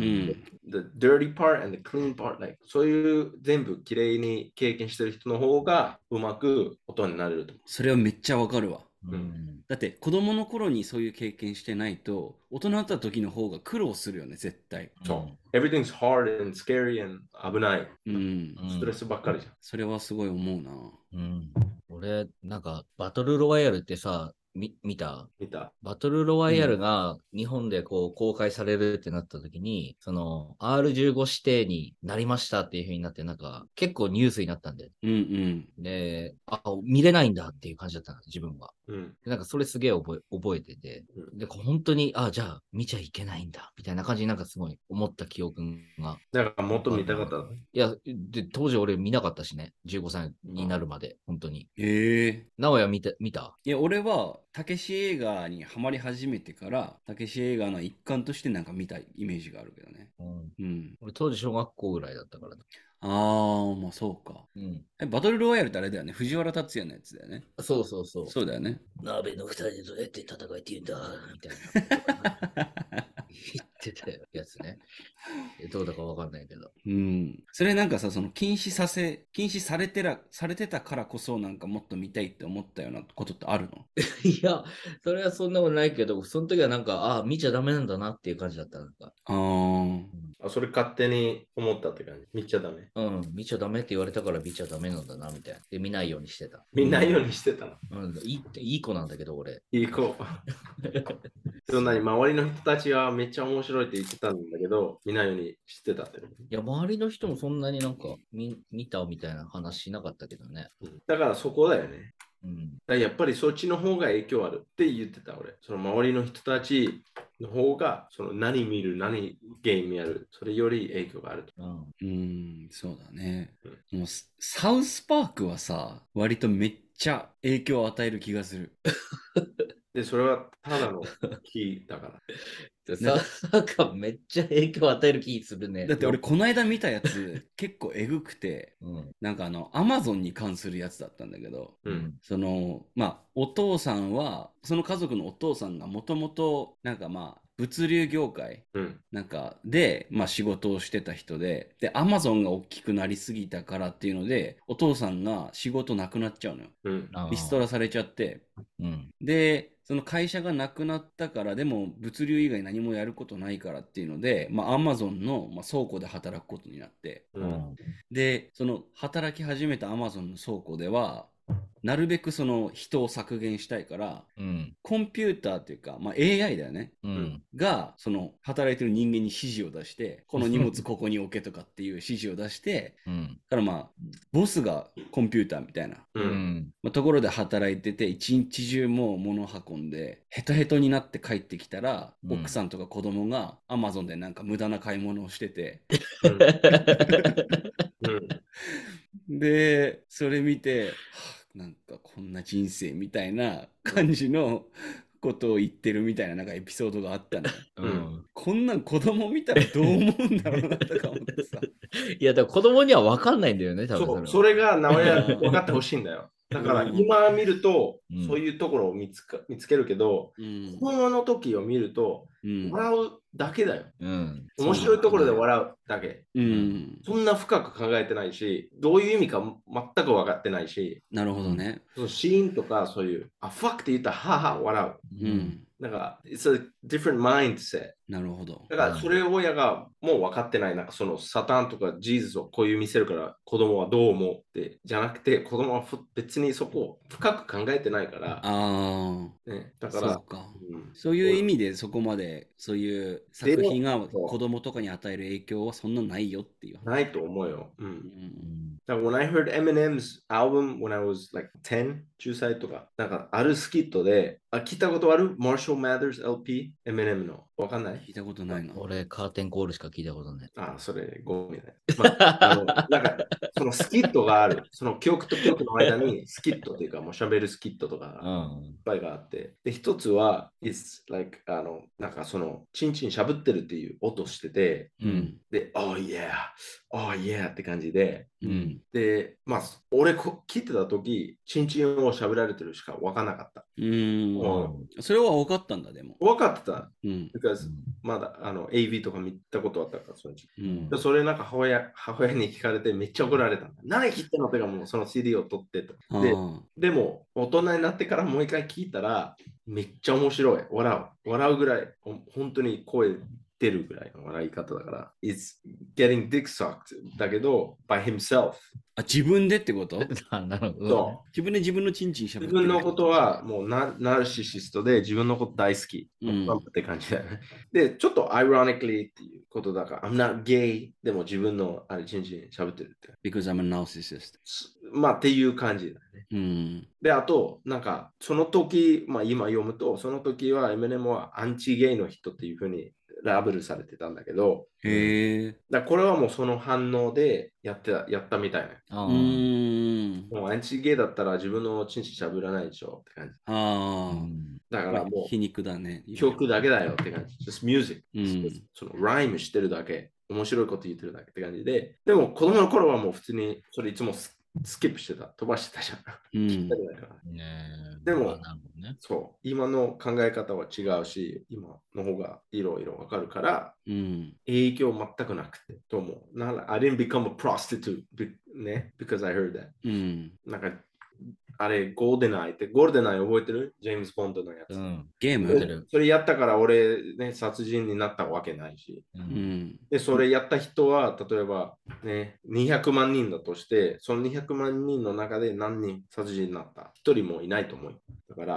Speaker 3: 。The dirty part and the clean part、like、そういう全部きれいに経験してる人の方がうまく大人になれると。
Speaker 1: それはめっちゃわかるわ。だって子供の頃にそういう経験してないと大人だった時の方が苦労するよね絶対。
Speaker 3: そう。Everything's hard and scary and 危ない。ストレスばっかりじゃん。
Speaker 1: それはすごい思うな。
Speaker 2: 俺なんかバトルロワイヤルってさ見たバトルロワイヤルが日本でこう公開されるってなった時に、その R15 指定になりましたっていう風になって、なんか結構ニュースになったんで。で、見れないんだっていう感じだったの、自分は。なんかそれすげえ覚えてて、で、本当に、じゃあ見ちゃいけないんだみたいな感じになんかすごい思った記憶が。
Speaker 3: だからもっと見たかった。
Speaker 2: いや、で、当時俺見なかったしね、15歳になるまで、本当に。名古屋見た？
Speaker 1: いや、俺は、たけし映画にハマり始めてから、たけし映画の一環としてなんか見たイメージがあるけどね。
Speaker 2: 俺当時小学校ぐらいだったから。
Speaker 1: まあそうか。バトルロワイヤルってあれだよね。藤原竜也のやつだよね。
Speaker 2: そう。
Speaker 1: そうだよね。
Speaker 2: 鍋の二人でどうやって戦えって言うんだみたいな。 言ってたやつね。どうだかわかんないけど。
Speaker 1: うん。それなんかさ、その禁止されてたからこそなんかもっと見たいって思ったようなことってあるの？
Speaker 2: いや、それはそんなことないけど、その時はなんか、見ちゃダメなんだなっていう感じだった。なんか。
Speaker 3: それ勝手に思ったって感じ。見ちゃダメ。
Speaker 2: うん、見ちゃダメって言われたから見ちゃダメなんだな、みたいな。で、見ないようにしてた。
Speaker 3: 見ないようにしてたの。
Speaker 2: いい子なんだけど、俺。
Speaker 3: いい子。そんなに周りの人たちはめっちゃ面白いって言ってたんだけど、見ないようにしてたって。い
Speaker 2: や、周りの人もそんなになんか見たみたいな話しなかったけどね。
Speaker 3: だからそこだよね。
Speaker 2: うん、
Speaker 3: だからやっぱりそっちの方が影響あるって言ってた俺。その周りの人たちの方がその何見る、何ゲームやる、それより影響があると。
Speaker 1: そうだね。もうサウスパークはさ、割とめっちゃ影響を与える気がする。
Speaker 3: で、それはただの木だから。
Speaker 2: なんかめっちゃ影響を与える気するね。
Speaker 1: だって俺この間見たやつ結構えぐくて、なんかアマゾンに関するやつだったんだけど、そのお父さんはその家族のお父さんがもともとなんか物流業界なんかで、仕事をしてた人で、アマゾンが大きくなりすぎたからっていうので、お父さんが仕事なくなっちゃうのよ。リストラされちゃって。で、その会社がなくなったから、でも物流以外何もやることないからっていうので、アマゾンの倉庫で働くことになって、で、その働き始めたアマゾンの倉庫では、なるべくその人を削減したいから、コンピューターというか、AI だよね、がその働いてる人間に指示を出して、この荷物ここに置けとかっていう指示を出して、からボスがコンピューターみたいな、ところで働いてて、一日中もう物運んでヘトヘトになって帰ってきたら、奥さんとか子供がアマゾンでなんか無駄な買い物をしてて、でそれ見て、なんかこんな人生みたいな感じのことを言ってるみたいななんかエピソードがあったの、こんなん子供見たらどう思うんだろうなとか思ってさ。
Speaker 2: いや、だから子供には分かんないんだよね、多分
Speaker 3: それが名古屋分かってほしいんだよ。だから今見ると、そういうところを見つけるけど、子供の時を見ると、笑うだけだよ。面白いところで笑うだけ。そんな深く考えてないし、どういう意味か全く分かってないし。
Speaker 1: なるほどね。
Speaker 3: そのシーンとかそういう、ファクって言ったら、はは、笑う。なんか、it's a different mindset。
Speaker 1: なるほど。
Speaker 3: だから、それを親がもう分かってない、なんかそのサタンとかジーザスをこういう見せるから子供はどう思うってじゃなくて、子供は別にそこを深く考えてないから。だから、
Speaker 1: そういう意味でそこまでそういう作品が子供とかに与える影響はそんなないよっていう。
Speaker 3: ないと思うよ。だから、when I heard Eminem's album when I was like 10、10歳とか、なんかあるスキットで、聞いたことある Marshall Mathers LP、Eminem の。わかんない？
Speaker 1: 聞いたことないな。
Speaker 2: 俺、カーテンコールしか聞いたことない。
Speaker 3: それ、ごめんね。なんか、そのスキットがある。その曲と曲の間にスキットっていうか、もう喋るスキットとかいっぱいがあって。で、一つは、like なんかその、チンチンしゃぶってるっていう音してて、で、oh yeah、oh yeah って感じで、で、俺聞いてた時、チンチンをしゃぶられてるしか分からなかった。
Speaker 1: それは分かったんだ、でも。
Speaker 3: 分かってた。まだAV とか見たことあったから、それなんか母親に聞かれてめっちゃ怒られた。何聞いてんのってかもうその CD を取ってと。でも大人になってからもう一回聞いたらめっちゃ面白い。笑うぐらい、本当に声出るぐらいの笑い方だから。It's getting dick sucked だけど、by himself。
Speaker 1: 自分でってこと
Speaker 2: なるほど。
Speaker 1: 自分で自分のチンチンしゃべって
Speaker 3: る。自分のことはもうナルシシストで自分のこと大好き。って感じだよね。で、ちょっと ironically っていうことだから、I'm not gay でも自分のチンチンしゃべってるって。
Speaker 1: Because I'm a narcissist。
Speaker 3: っていう感じだね。で、あと、なんか、その時、今読むと、その時はエミネムはアンチゲイの人っていうふうにラベルされてたんだけど、だこれはもうその反応でやったみたいな。もうアンチゲイだったら自分のチンチンしゃぶらないでしょって感じ。だからもう、
Speaker 1: 皮肉だね。
Speaker 3: 曲だけだよって感じ。just music。そのライムしてるだけ。面白いこと言ってるだけって感じで。でも子供の頃はもう普通にそれいつもスキップしてた、飛ばしてたじゃん。でも、そう、今の考え方は違うし、今の方がいろいろわかるから、影響全くなくて、と思う。I didn't become a prostitute, ね、because I heard that. なんかあれ、ゴールデンアイって、ゴールデンアイ覚えてる？ジェームズ・ボンドのやつ。
Speaker 1: ゲーム
Speaker 3: それやったから俺、ね、殺人になったわけないし。で、それやった人は、例えば、ね、200万人だとして、その200万人の中で何人殺人になった？一人もいないと思う。だから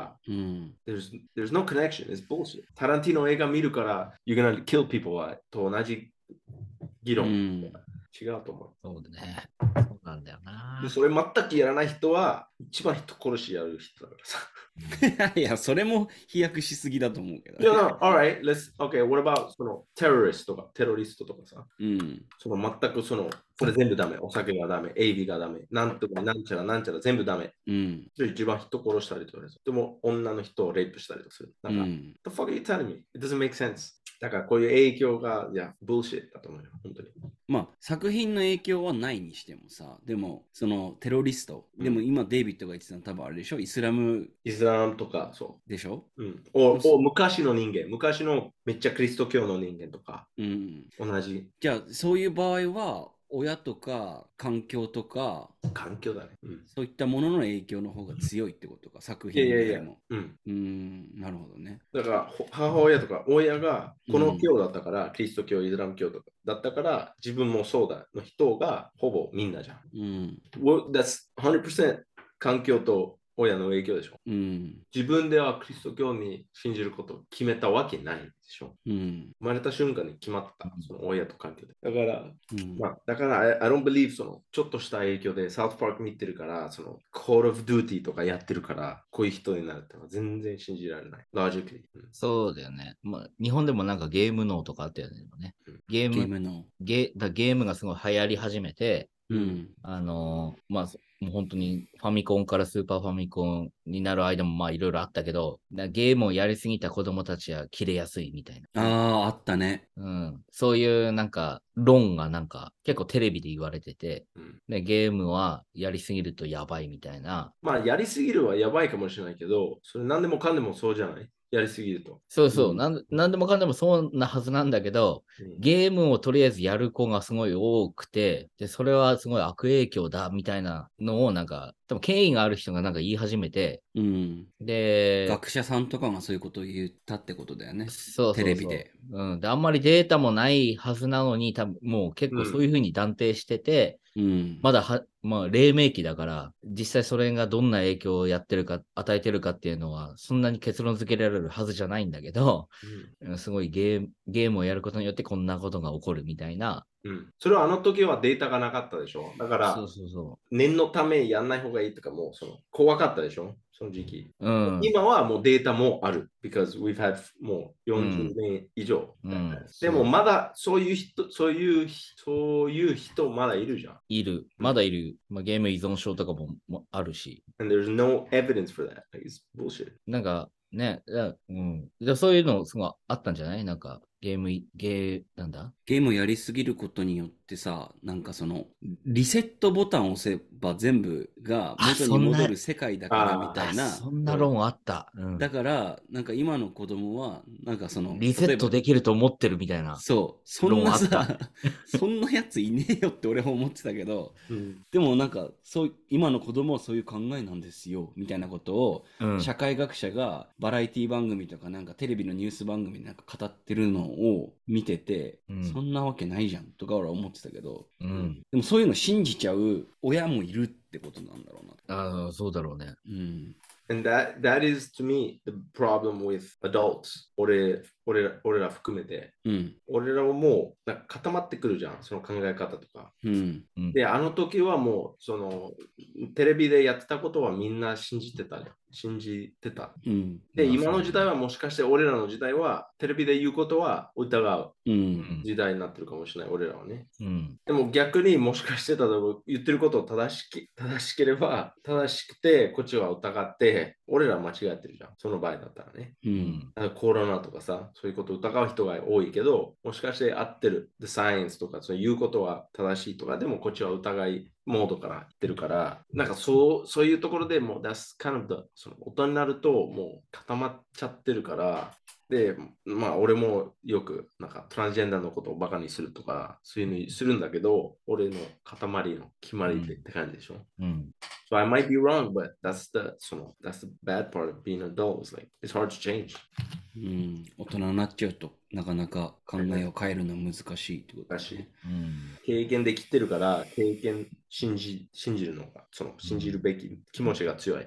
Speaker 3: 、there's no connection. It's bullshit. タランティーノ映画見るから、you're gonna kill people はと同じ議論。違うと思う。
Speaker 2: そうだね。そうなんだよな。
Speaker 3: で、それ全くやらない人は、一番人殺しやる人だから
Speaker 1: さ。いや、それも飛躍しすぎだと思うけど。
Speaker 3: いや、alright, okay, what about そのテロリストとかさ、その全くそれ全部ダメ、お酒がダメ、エイビがダメ、なんとかなんちゃら全部ダメ。それ一番人殺したりとかです。でも女の人をレイプしたりとかする。なんか、the fuck are you telling me? It doesn't make sense. だからこういう影響が、いや、bullshit だと思うよ、本当に。
Speaker 1: まあ、作品の影響はないにしてもさ、でも、そのテロリスト、でも今デイビッドが言ってたの多分あれでしょ、イスラム
Speaker 3: とか、そう。
Speaker 1: でしょ？
Speaker 3: 昔の人間、昔のめっちゃキリスト教の人間とか、同じ。
Speaker 1: じゃあ、そういう場合は、親とか環境とか、
Speaker 3: 環境だね、
Speaker 1: そういったものの影響の方が強いってことか、作品よりも。なるほどね。
Speaker 3: だから母親とか親がこの教だったから、キリスト教、イスラム教とかだったから、自分もそうだの人がほぼみんなじゃん。That's 100% 環境と親の影響でしょ。自分ではキリスト教に信じることを決めたわけないでしょ。生まれた瞬間に決まった、その親と関係で。だから、だから、I don't believe ちょっとした影響でサウスパーク見てるから、Call of Duty とかやってるから、こういう人になるってのは全然信じられない。ロジックに。
Speaker 2: そうだよね。まあ、日本でもなんかゲーム脳とかあったよね。ゲームがすごい流行り始めて、まあ、もう本当にファミコンからスーパーファミコンになる間もまあいろいろあったけど、ゲームをやりすぎた子供たちは切れやすいみたいな。
Speaker 1: あったね。
Speaker 2: そういうなんか論がなんか結構テレビで言われてて、ゲームはやりすぎるとやばいみたいな。
Speaker 3: まあやりすぎるはやばいかもしれないけど、それ何でもかんでもそうじゃない？やりすぎると。
Speaker 2: そうそう、なんでもかんでもそうなはずなんだけど、ゲームをとりあえずやる子がすごい多くて、で、それはすごい悪影響だみたいなのをなんか、多分権威がある人がなんか言い始めて、で、
Speaker 1: 学者さんとかがそういうことを言ったってことだよね。
Speaker 2: そう
Speaker 1: テレビで。
Speaker 2: で。あんまりデータもないはずなのに、多分もう結構そういうふうに断定してて、まだまあ、黎明期だから、実際それがどんな影響を与えてるかっていうのは、そんなに結論付けられるはずじゃないんだけど、すごいゲームをやることによってこんなことが起こるみたいな。
Speaker 3: それはあの時はデータがなかったでしょ。だから、念のためやんない方がいいとかも怖かったでしょ。その時期。今はもうデータもある。because we've had もう40年以上。でもまだそういう人まだいるじゃん。
Speaker 2: まだいる。まあ、ゲーム依存症とかもあるし。
Speaker 3: And there's no evidence for that. Like, it's bullshit.
Speaker 2: なんかね、そういうのすごいあったんじゃない？なんかなんだ？
Speaker 1: ゲームをやりすぎることによってさ、なんかリセットボタンを押せば全部が元に戻る世界だからみたいな。
Speaker 2: そんな論あった。
Speaker 1: だから、なんか今の子供は、なんか
Speaker 2: リセットできると思ってるみたいな。
Speaker 1: そう。そんなさ、そんなやついねえよって俺は思ってたけど、でもなんか、今の子供はそういう考えなんですよ、みたいなことを、社会学者がバラエティ番組とかなんかテレビのニュース番組なんか語ってるのを見てて、そんなわけないじゃんとか俺は思ってたけど、でもそういうの信じちゃう親もいるってことなんだろう
Speaker 2: な。そうだろうね。
Speaker 3: And that is to me the problem with adults. 俺ら含めて、俺らはもうなんか固まってくるじゃん、その考え方とか。で、あの時はもうテレビでやってたことはみんな信じてた。で、今の時代はもしかして俺らの時代はテレビで言うことは疑う時代になってるかもしれない、俺らはね。でも逆にもしかして言ってることを正しければ正しくてこっちは疑って俺ら間違ってるじゃん、その場合だったらね。コロナとかさ、 そういうことを疑う人が多いけど、もしかして合ってる、The Science とか、そういうことは正しいとか、でもこっちは疑いモードから言ってるから、なんかそういうところでもう、that's kind of the、その大人になるともう固まっちゃってるから、で、まあ、俺もよく、なんか、トランスジェンダーのことをバカにするとか、そういうのにするんだけど、俺の塊の決まりでって感じでしょ。
Speaker 2: うん。
Speaker 3: So I might be wrong, but that's the bad part of being an adult. It's like, it's hard to change.
Speaker 1: 大人になっちゃうと、なかなか考えを変えるのは難しいってことだし、
Speaker 3: 経験できてるから、経験信じるのが、信じるべき気持ちが強い。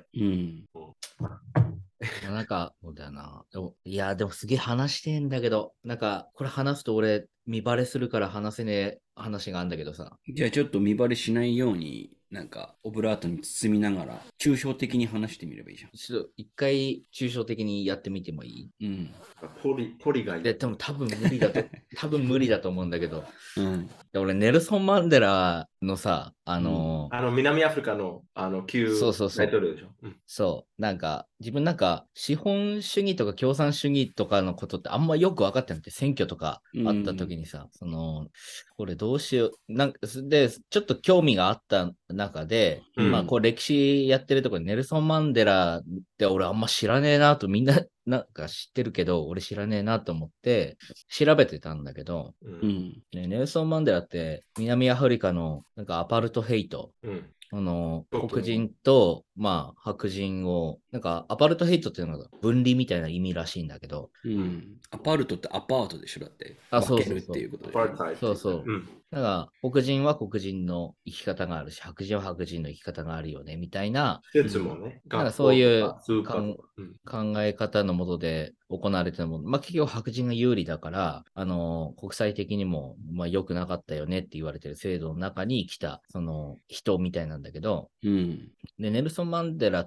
Speaker 2: なんか、そうだよな。でもすげえ話してんだけど、なんか、これ話すと俺、見バレするから話せねえ話があるんだけどさ。
Speaker 1: じゃあちょっと見バレしないように、なんか、オブラートに包みながら、抽象的に話してみればいいじゃん。
Speaker 2: ちょっと一回、抽象的にやってみてもいい？
Speaker 3: ポリがいい。
Speaker 2: で、多分無理だと思うんだけど。で俺、ネルソン・マンデラのさ、
Speaker 3: 南アフリカの、旧大統領でしょ。
Speaker 2: そう。なんか、自分なんか、資本主義とか共産主義とかのことってあんまよく分かってなくて、選挙とかあった時にさ、これどうしよう。で、ちょっと興味があった中で、まあ、こう歴史やってるところでネルソン・マンデラって俺あんま知らねえなとみんななんか知ってるけど、俺知らねえなと思って調べてたんだけど、ネルソン・マンデラって南アフリカのなんかアパルトヘイト、黒人と、まあ、白人を、なんか、アパルトヘイトっていうのが分離みたいな意味らしいんだけど。
Speaker 1: アパルトってアパートでしょだって。
Speaker 2: 分
Speaker 1: けるっていうことで。
Speaker 2: そうそう。なんか、黒人は黒人の生き方があるし、白人は白人の生き方があるよね、みたいな。
Speaker 3: 説もね。
Speaker 2: なんかそういう考え方のもとで行われてるもの。まあ、結局白人が有利だから、国際的にも、まあ、良くなかったよねって言われてる制度の中に来た、人みたいなんだけど、で、ネルソン・マンデラって、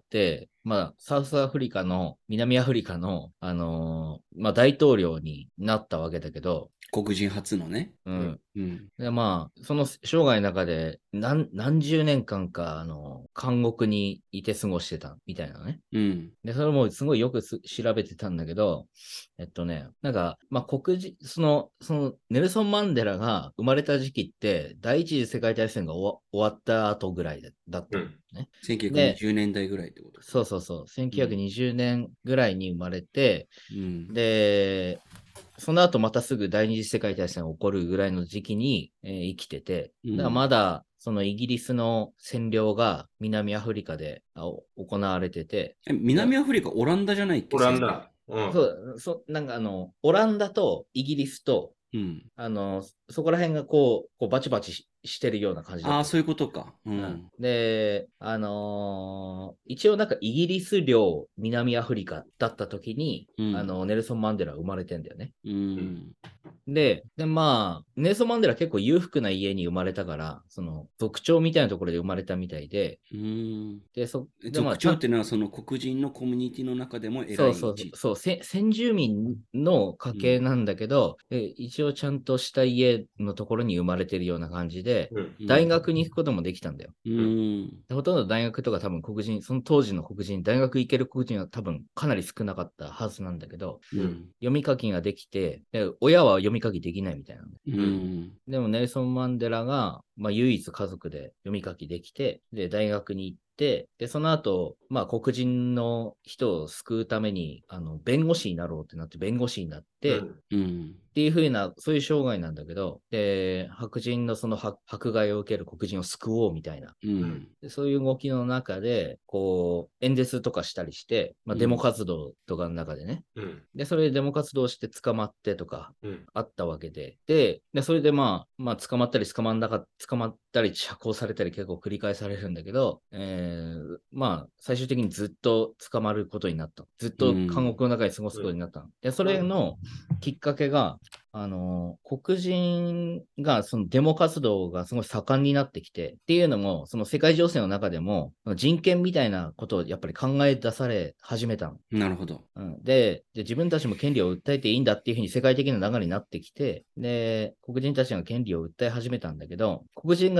Speaker 2: まあ、サウスアフリカの、南アフリカの、まあ、大統領になったわけだけど、
Speaker 1: 黒人初のね。
Speaker 2: でまあ、その生涯の中で何十年間か、監獄にいて過ごしてたみたいなね。で、それもすごいよく調べてたんだけど、なんか、まあ、黒人、そのネルソン・マンデラが生まれた時期って、第一次世界大戦が終わった後ぐらいだったのね。
Speaker 1: 1920年代ぐらいってこと？
Speaker 2: そう。1920年ぐらいに生まれて、で、その後またすぐ第二次世界大戦が起こるぐらいの時期に、生きてて、だからまだそのイギリスの占領が南アフリカで行われてて。
Speaker 1: 南アフリカ、オランダじゃないっけ？
Speaker 3: オランダ。
Speaker 2: なんかオランダとイギリスと、そこら辺がこうバチバチしてるような感じだった。
Speaker 1: ああ、そういうことか。
Speaker 2: で、一応なんかイギリス領南アフリカだった時に、ネルソン・マンデラ生まれてんだよね。で、まあ、ネルソン・マンデラ結構裕福な家に生まれたから、族長みたいなところで生まれたみたいで、
Speaker 1: 族長っていうのはその黒人のコミュニティの中でも偉い位置。
Speaker 2: そう先住民の家系なんだけど、一応ちゃんとした家のところに生まれてるような感じで、大学に行くこともできたんだよ。ほとんど大学とか多分黒人、その当時の黒人、大学行ける黒人は多分かなり少なかったはずなんだけど、読み書きができて、親は読み書きできないみたいなんで。でもネルソン・マンデラが、まあ、唯一家族で読み書きできて、で、大学に行って、で、その後、まあ、黒人の人を救うために、弁護士になろうってなって、弁護士になって、っていう風な、そういう生涯なんだけど、で、白人のその迫害を受ける黒人を救おうみたいな、でそういう動きの中で、こう、演説とかしたりして、まあ、デモ活動とかの中でね、で、それでデモ活動して捕まってとか、あったわけで、で、それでまあ、捕まったり捕まったり釈放されたり結構繰り返されるんだけど、まあ、最終的にずっと捕まることになった。ずっと監獄の中に過ごすことになったの。で、それのきっかけが、黒人がそのデモ活動がすごい盛んになってきて、っていうのも、その世界情勢の中でも、人権みたいなことをやっぱり考え出され始めたの。
Speaker 1: なるほど。
Speaker 2: で、自分たちも権利を訴えていいんだっていうふうに世界的な流れになってきて、で、黒人たちが権利を訴え始めたんだけど、黒人が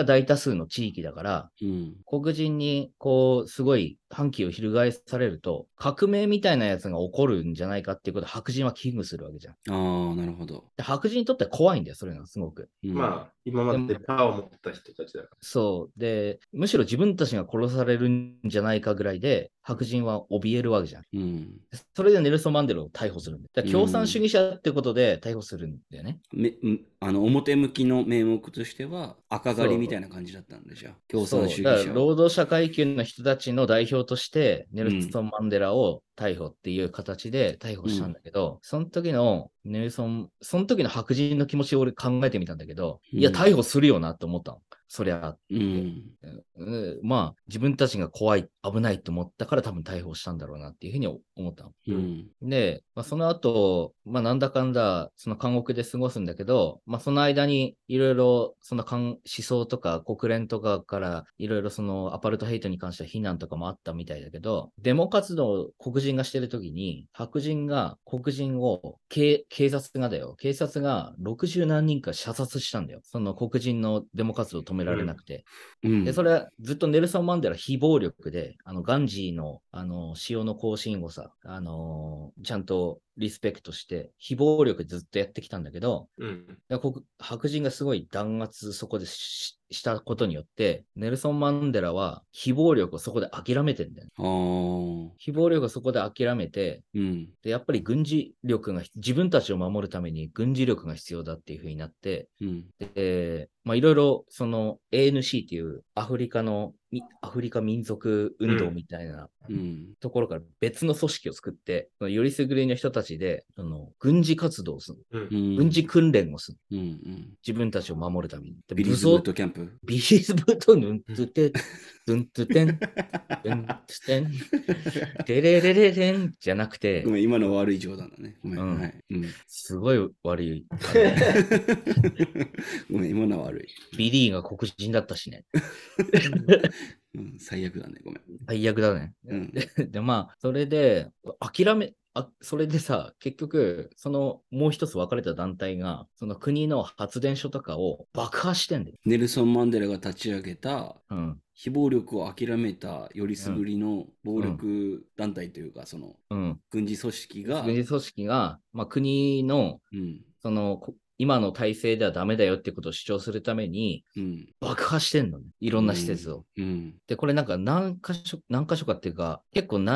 Speaker 2: 大多数の地域だから、黒人にこう、すごい反旗を翻されると、革命みたいなやつが起こるんじゃないかっていうことで白人は危惧するわけじゃん。
Speaker 1: ああ、なるほど。
Speaker 2: で白人にとっては怖いんだよ、それがすごく。
Speaker 3: まあ、今までパワーを持ってた人たちだから。
Speaker 2: そう。で、むしろ自分たちが殺されるんじゃないかぐらいで、白人は怯えるわけじゃん。それでネルソン・マンデラを逮捕するんだよ。だから共産主義者ってことで逮捕するんだよね。
Speaker 1: 表向きの名目としては赤狩りみたいな感じだったんでじゃあ。共産主義者。
Speaker 2: だから労働者階級の人たちの代表としてネルソン・マンデラを逮捕っていう形で逮捕したんだけど、その時の白人の気持ちを俺考えてみたんだけど、いや、逮捕するよなって思ったの。そりゃ、まあ、自分たちが怖い、危ないと思ったから多分逮捕したんだろうなっていうふうに思ったの。で、その後、なんだかんだ、その監獄で過ごすんだけど、その間にいろいろ、その思想とか国連とかからいろいろそのアパルトヘイトに関しては非難とかもあったみたいだけど、デモ活動を黒人がしてる時に、白人が黒人を警察が60何人か射殺したんだよ。その黒人のデモ活動を止められなくて。で、それはずっとネルソン・マンデラ非暴力で、ガンジーの、塩の行進をさ、ちゃんとリスペクトして、非暴力でずっとやってきたんだけど、白人がすごい弾圧そこでしたことによって、ネルソン・マンデラは非暴力をそこで諦めてんだよね。非暴力をそこで諦めて、で、やっぱり軍事力が、自分たちを守るために軍事力が必要だっていう風になって、で、いろいろその ANC っていうアフリカ民族運動みたいなところから別の組織を作って、よりすぐりの人たちで軍事活動をする、軍事訓練をする、自分たちを守るために。
Speaker 1: ビリーズブートキャンプ。
Speaker 2: ビリーズブートヌントゥテドゥントゥテンドゥントゥテンデレレレレンじゃなくて、
Speaker 1: ごめん、今の悪い冗談だね。ごめん、はい。
Speaker 2: すごい悪い。
Speaker 1: ごめん、今のは悪い。
Speaker 2: ビリーが黒人だったしね。
Speaker 1: 最悪だね、ごめん。
Speaker 2: 最悪だね。で、それで、それでさ、結局、もう一つ分かれた団体が、その国の発電所とかを爆破してんだよ。
Speaker 1: ネルソン・マンデラが立ち上げた、非暴力を諦めたよりすぐりの暴力団体というか、軍事組織
Speaker 2: が、国の、今の体制ではダメだよってことを主張するために、爆破してんのね。いろんな施設を。で、これなんか何箇所かっていうか、結構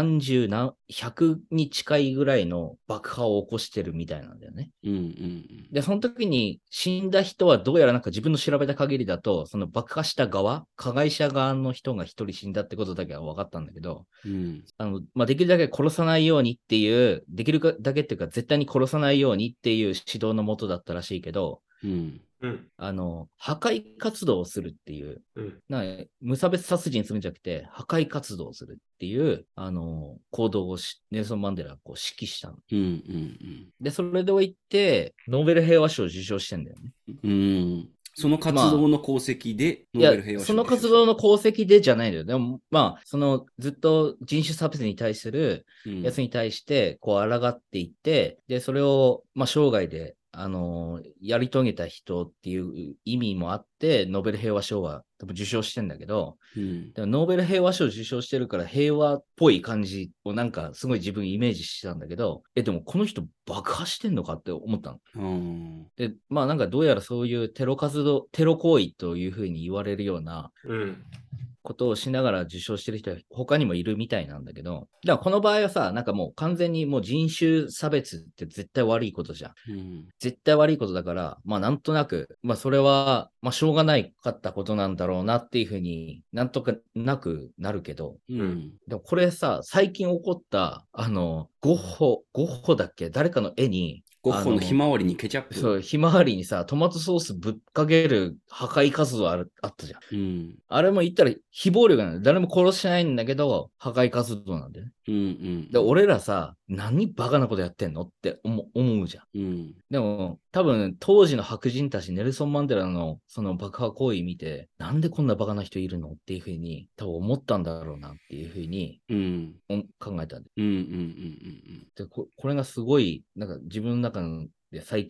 Speaker 2: 100に近いぐらいの爆破を起こしてるみたいなんだよね。で、その時に死んだ人はどうやらなんか自分の調べた限りだと、その爆破した側、加害者側の人が一人死んだってことだけは分かったんだけど、できるだけ殺さないようにっていう、できるだけっていうか絶対に殺さないようにっていう指導のもとだったらしいけど、破壊活動をするっていう、無差別殺人するんじゃなくて、破壊活動をするっていう、行動をネルソン・マンデラがこう指揮したの。で、それでおいて、ノーベル平和賞を受賞してんだよね。
Speaker 1: その活動の功績でノーベル平和賞、
Speaker 2: その活動の功績でじゃないんだよ。でも、ずっと人種差別に対するやつに対して、抗っていって、で、それを、生涯で、やり遂げた人っていう意味もあって、ノーベル平和賞は多分受賞してんだけど、でもノーベル平和賞受賞してるから平和っぽい感じをなんかすごい自分イメージしてたんだけど、でもこの人爆破してんのかって思ったの。で、なんかどうやらそういうテロ行為というふうに言われるような、ことをしながら受賞してる人は他にもいるみたいなんだけど、だからこの場合はさ、なんかもう完全にもう人種差別って絶対悪いことじゃん。絶対悪いことだから、なんとなく、それは、しょうがないかったことなんだろうなっていうふうになんとかなくなるけど、でもこれさ、最近起こった、ゴッホだっけ誰かの絵に、
Speaker 1: ゴッホのひまわりにケチャップ。
Speaker 2: そう、ひまわりにさ、トマトソースぶっかける破壊活動あったじゃん。あれも言ったら非暴力なんだよ。誰も殺してないんだけど、破壊活動なんだよね。で、俺らさ、何バカなことやってんのって思うじゃん。でも、多分、当時の白人たち、ネルソン・マンデラのその爆破行為見て、なんでこんなバカな人いるのっていうふうに、多分思ったんだろうなっていうふうに、考えたんで。で、これがすごい、なんか自分の中で最近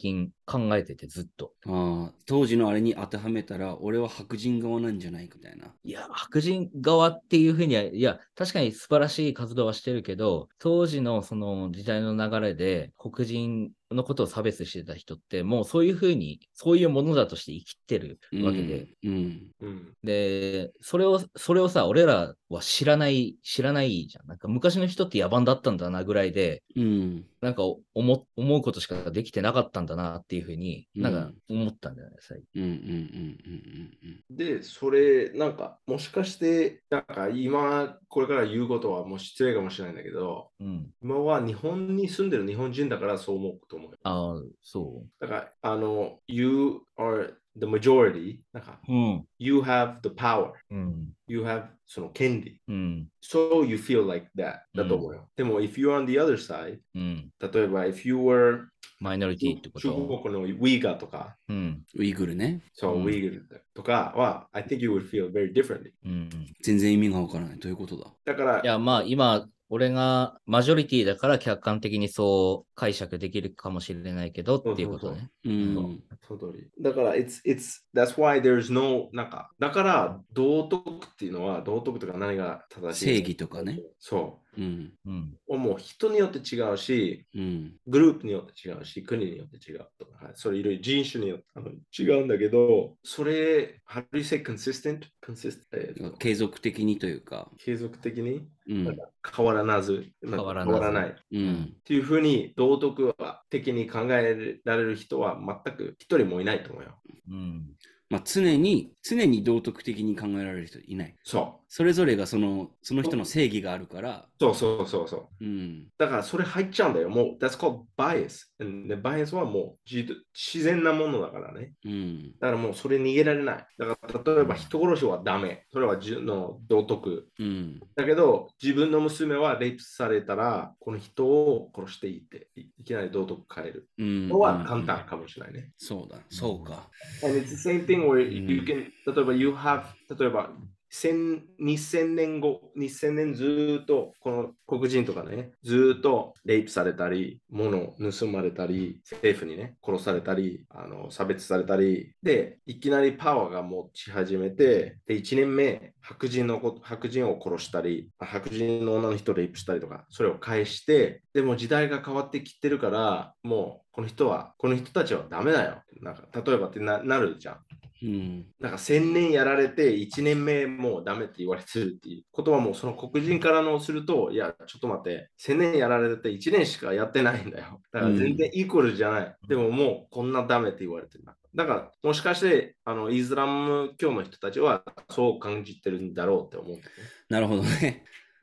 Speaker 2: 考えててずっと。
Speaker 1: 当時のあれに当てはめたら、俺は白人側なんじゃないかみたいな。
Speaker 2: いや、白人側っていうふうには、いや、確かに素晴らしい活動はしてるけど、当時のその時代の流れで、黒人のことを差別してた人って、もうそういうふうに、そういうものだとして生きてるわけで。で、それをさ、俺らは知らないじゃん。なんか昔の人って野蛮だったんだなぐらいで、なんか思うことしかできてなかったんだなっていうふうに、なんか思ったんだよね、最近。
Speaker 3: で、それ、なんか、もしかして、なんか今、これから言うことはもう失礼かもしれないんだけど、今は日本に住んでる日本人だからそう思うと思う。
Speaker 2: そう。
Speaker 3: だから、You are the majority. なんか、You have the power. You have その権利。So you feel like that. だと思うよ。でも、if you're on the other side, 例えば、if you were
Speaker 2: マイノリティってこと？
Speaker 3: 中国のウィーガーとか、
Speaker 1: ウイグルね。
Speaker 3: そう、ウイグルとかは、I think you would feel very differently.
Speaker 1: 全然意味がわからない。どういうことだ？
Speaker 3: だから、
Speaker 2: いや、まあ今、俺がマジョリティだから客観的にそう解釈できるかもしれないけどっていうことね。
Speaker 3: その通り。だから、that's why there's no, なんか、だから道徳っていうのは、道徳とか何が正しい？
Speaker 1: 正義とかね。
Speaker 3: そう。もう人によって違うし、グループによって違うし、国によって違うとか、それいろいろ人種によって違うんだけど、それ、how do you say consistent?
Speaker 1: 継続的にというか。
Speaker 3: 継続的に、変わらない。っていうふうに道徳的に考えられる人は全く一人もいないと思うよ。
Speaker 1: まあ、常に道徳的に考えられる人いない。
Speaker 3: そう。
Speaker 1: それぞれがその人の正義があるから。
Speaker 3: そう。だからそれ入っちゃうんだよ。もう、that's called bias. で、bias はもう自然なものだからね。だからもうそれ逃げられない。だから例えば人殺しはダメ。それはの道徳。だけど、自分の娘はレイプされたら、この人を殺していいって、いきなり道徳変える。のは簡単かもしれないね。
Speaker 1: そうだ、そうか。
Speaker 3: And it's the same thing where you can, 例えば you have, 例えば2000年ずっとこの黒人とかね、ずっとレイプされたり、物を盗まれたり、政府にね、殺されたり、差別されたり、で、いきなりパワーが持ち始めて、で、1年目、白人を殺したり、白人の女の人をレイプしたりとか、それを返して、でも時代が変わってきてるから、もうこの人たちはダメだよ。なんか例えばってなるじゃん。なんか1000年やられて1年目もうダメって言われてるっていうことはもうその黒人からのすると、いや、ちょっと待って、1000年やられて1年しかやってないんだよ。だから全然イコールじゃない。でももうこんなダメって言われてる。だからもしかしてイスラム教の人たちはそう感じてるんだろうって思う、ね。
Speaker 1: なるほどね。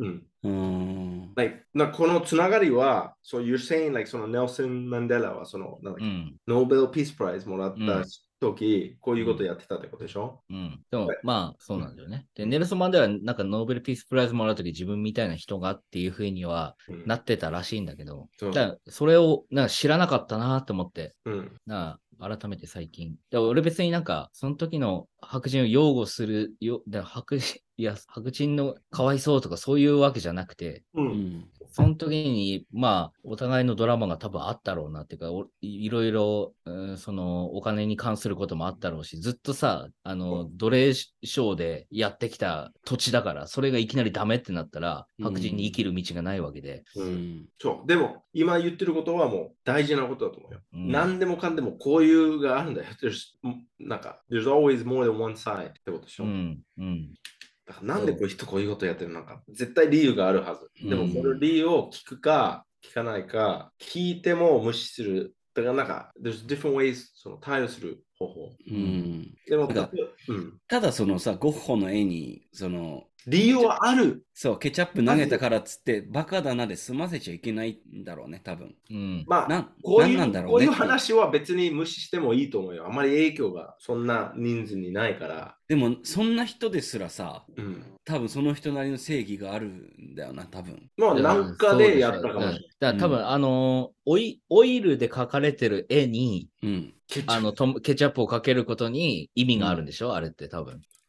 Speaker 3: このつながりは、so you're saying like そのネルソン・マンデラはそのノーベルピースプライズもらった時、こういうことやってたってことでしょ？
Speaker 2: でもまあそうなんだよね。で、ネルソン・マンデラなんかノーベルピースプライズもらう時自分みたいな人がっていうふうにはなってたらしいんだけど、だからそれをなんか知らなかったなと思って、改めて最近。俺別になんかその時の白人を擁護する白人のかわいそうとかそういうわけじゃなくて、その時にまあお互いのドラマが多分あったろうなっていうか、いろいろ、そのお金に関することもあったろうし、ずっとさ奴隷ショーでやってきた土地だから、それがいきなりダメってなったら白人に生きる道がないわけで、
Speaker 3: そうでも今言ってることはもう大事なことだと思うよ。何でもかんでもこういうがあるんだよ。なんか There's always more than one side ってことでしょ。だからなんでこういうことやってるのか、絶対理由があるはず。でもその理由を聞くか聞かないか、聞いても無視する。だからなんか There's different ways その対応する方法。でも
Speaker 1: ただそのさ、ゴッホの絵にその
Speaker 3: 理由はある。
Speaker 1: そう、ケチャップ投げたからっつって、バカだなで済ませちゃいけないんだろうね、多分。
Speaker 3: まあ、こういう話は別に無視してもいいと思うよ。あまり影響がそんな人数にないから。
Speaker 1: でも、そんな人ですらさ、多分その人なりの正義があるんだよな、多分。
Speaker 3: まあ、なんかでやったかもしれない。
Speaker 2: だから多分、オイルで描かれてる絵に、ケチャップをかけることに意味があるんでしょ、あれって多分。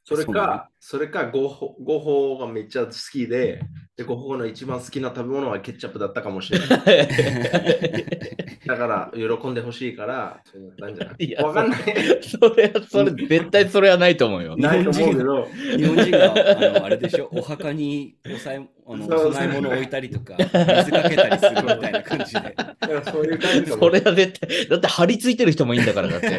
Speaker 3: それかごほがめっちゃ好きで、ごほの一番好きな食べ物はケチャップだったかもしれない。だから喜んでほしいから、そうやったんじゃないわかんない。
Speaker 2: 絶対それはないと思うよ。
Speaker 3: ないと思うけど。
Speaker 1: 日本人があれでしょ、お墓にお供え物置いたりとか、水かけたりするみたいな感じで。
Speaker 3: そういう感じかも。
Speaker 2: それは絶対、だって張り付いてる人もいいんだから、だって。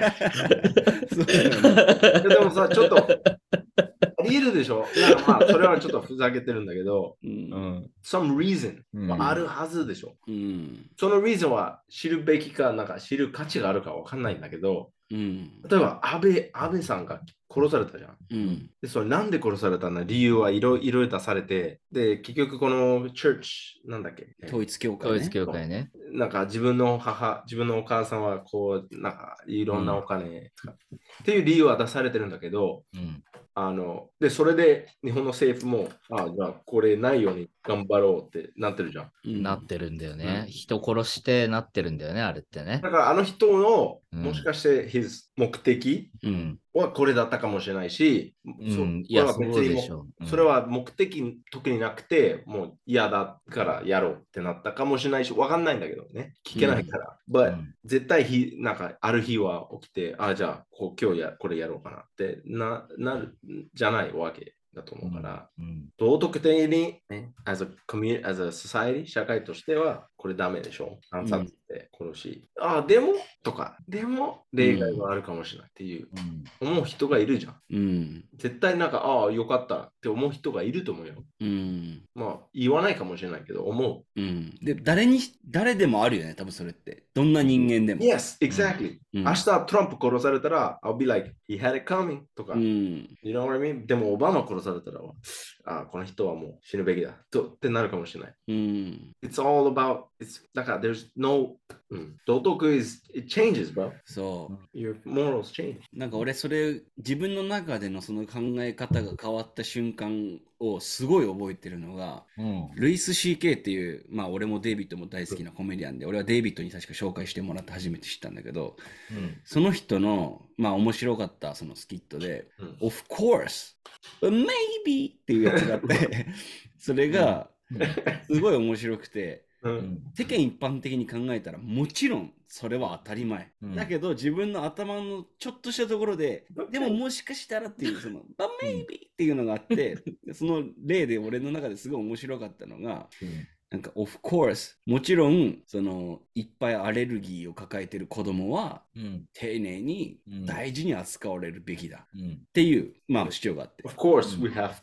Speaker 3: でもさ、ちょっと、ありえるでしょ。まあ、それはちょっとふざけてるんだけど、some reason はあるはずでしょ。その reason は知るべきか、なんか知る価値があるかわかんないんだけど、例えば安倍さんが殺されたじゃん。で、それなんで殺されたの理由はいろいろ出されて、で、結局このチャーチ、なんだっけ
Speaker 1: 統一教会
Speaker 2: ね。
Speaker 3: なんか自分のお母さんはこう、なんかいろんなお金使っていう理由は出されてるんだけど、で、それで日本の政府も、じゃあこれないように頑張ろうってなってるじゃん。
Speaker 2: なってるんだよね。人殺してなってるんだよね、あれってね。
Speaker 3: だからあの人の、もしかして目的はこれだったかもしれないし、それは目的特になくて、もう嫌だからやろうってなったかもしれないし、わかんないんだけどね。聞けないから。絶対なんかある日は起きて、じゃあ今日これやろうかなってなるじゃないわけ。だと思うから、道徳的に、ね、as a society、社会としてはこれダメでしょ。暗殺って殺し。でも例外はあるかもしれないっていう、思う人がいるじゃん。絶対なんか、よかったって思う人がいると思うよ。まあ、言わないかもしれないけど、思う。
Speaker 1: で、誰でもあるよね、多分それって。どんな人間でも。
Speaker 3: Yes, exactly. 明日トランプ殺されたら、I'll be like, he had it coming とか。You know what I mean? でも、オバマ殺されたら、この人はもう死ぬべきだってなるかもしれない。It's all about, だから、there's no, 道徳 it changes, bro.
Speaker 1: そう。
Speaker 3: Your morals change.
Speaker 1: なんか俺、それ、自分の中でのその考え方が変わった瞬間をすごい覚えてるのが、ルイス CK っていう、まあ俺もデイビッドも大好きなコメディアンで、俺はデイビッドに確か紹介してもらって初めて知ったんだけど、その人の、まあ面白かったそのスキットで、Of course, but maybe っていうやつがあって、それがすごい面白くて、世間一般的に考えたらもちろんそれは当たり前、だけど自分の頭のちょっとしたところででももしかしたらっていうその「But maybe」っていうのがあってその例で俺の中ですごい面白かったのが、なんか Of course もちろんそのいっぱいアレルギーを抱えてる子供は、丁寧に大事に扱われるべきだ、っていうまあ主張があって、
Speaker 3: Of course we have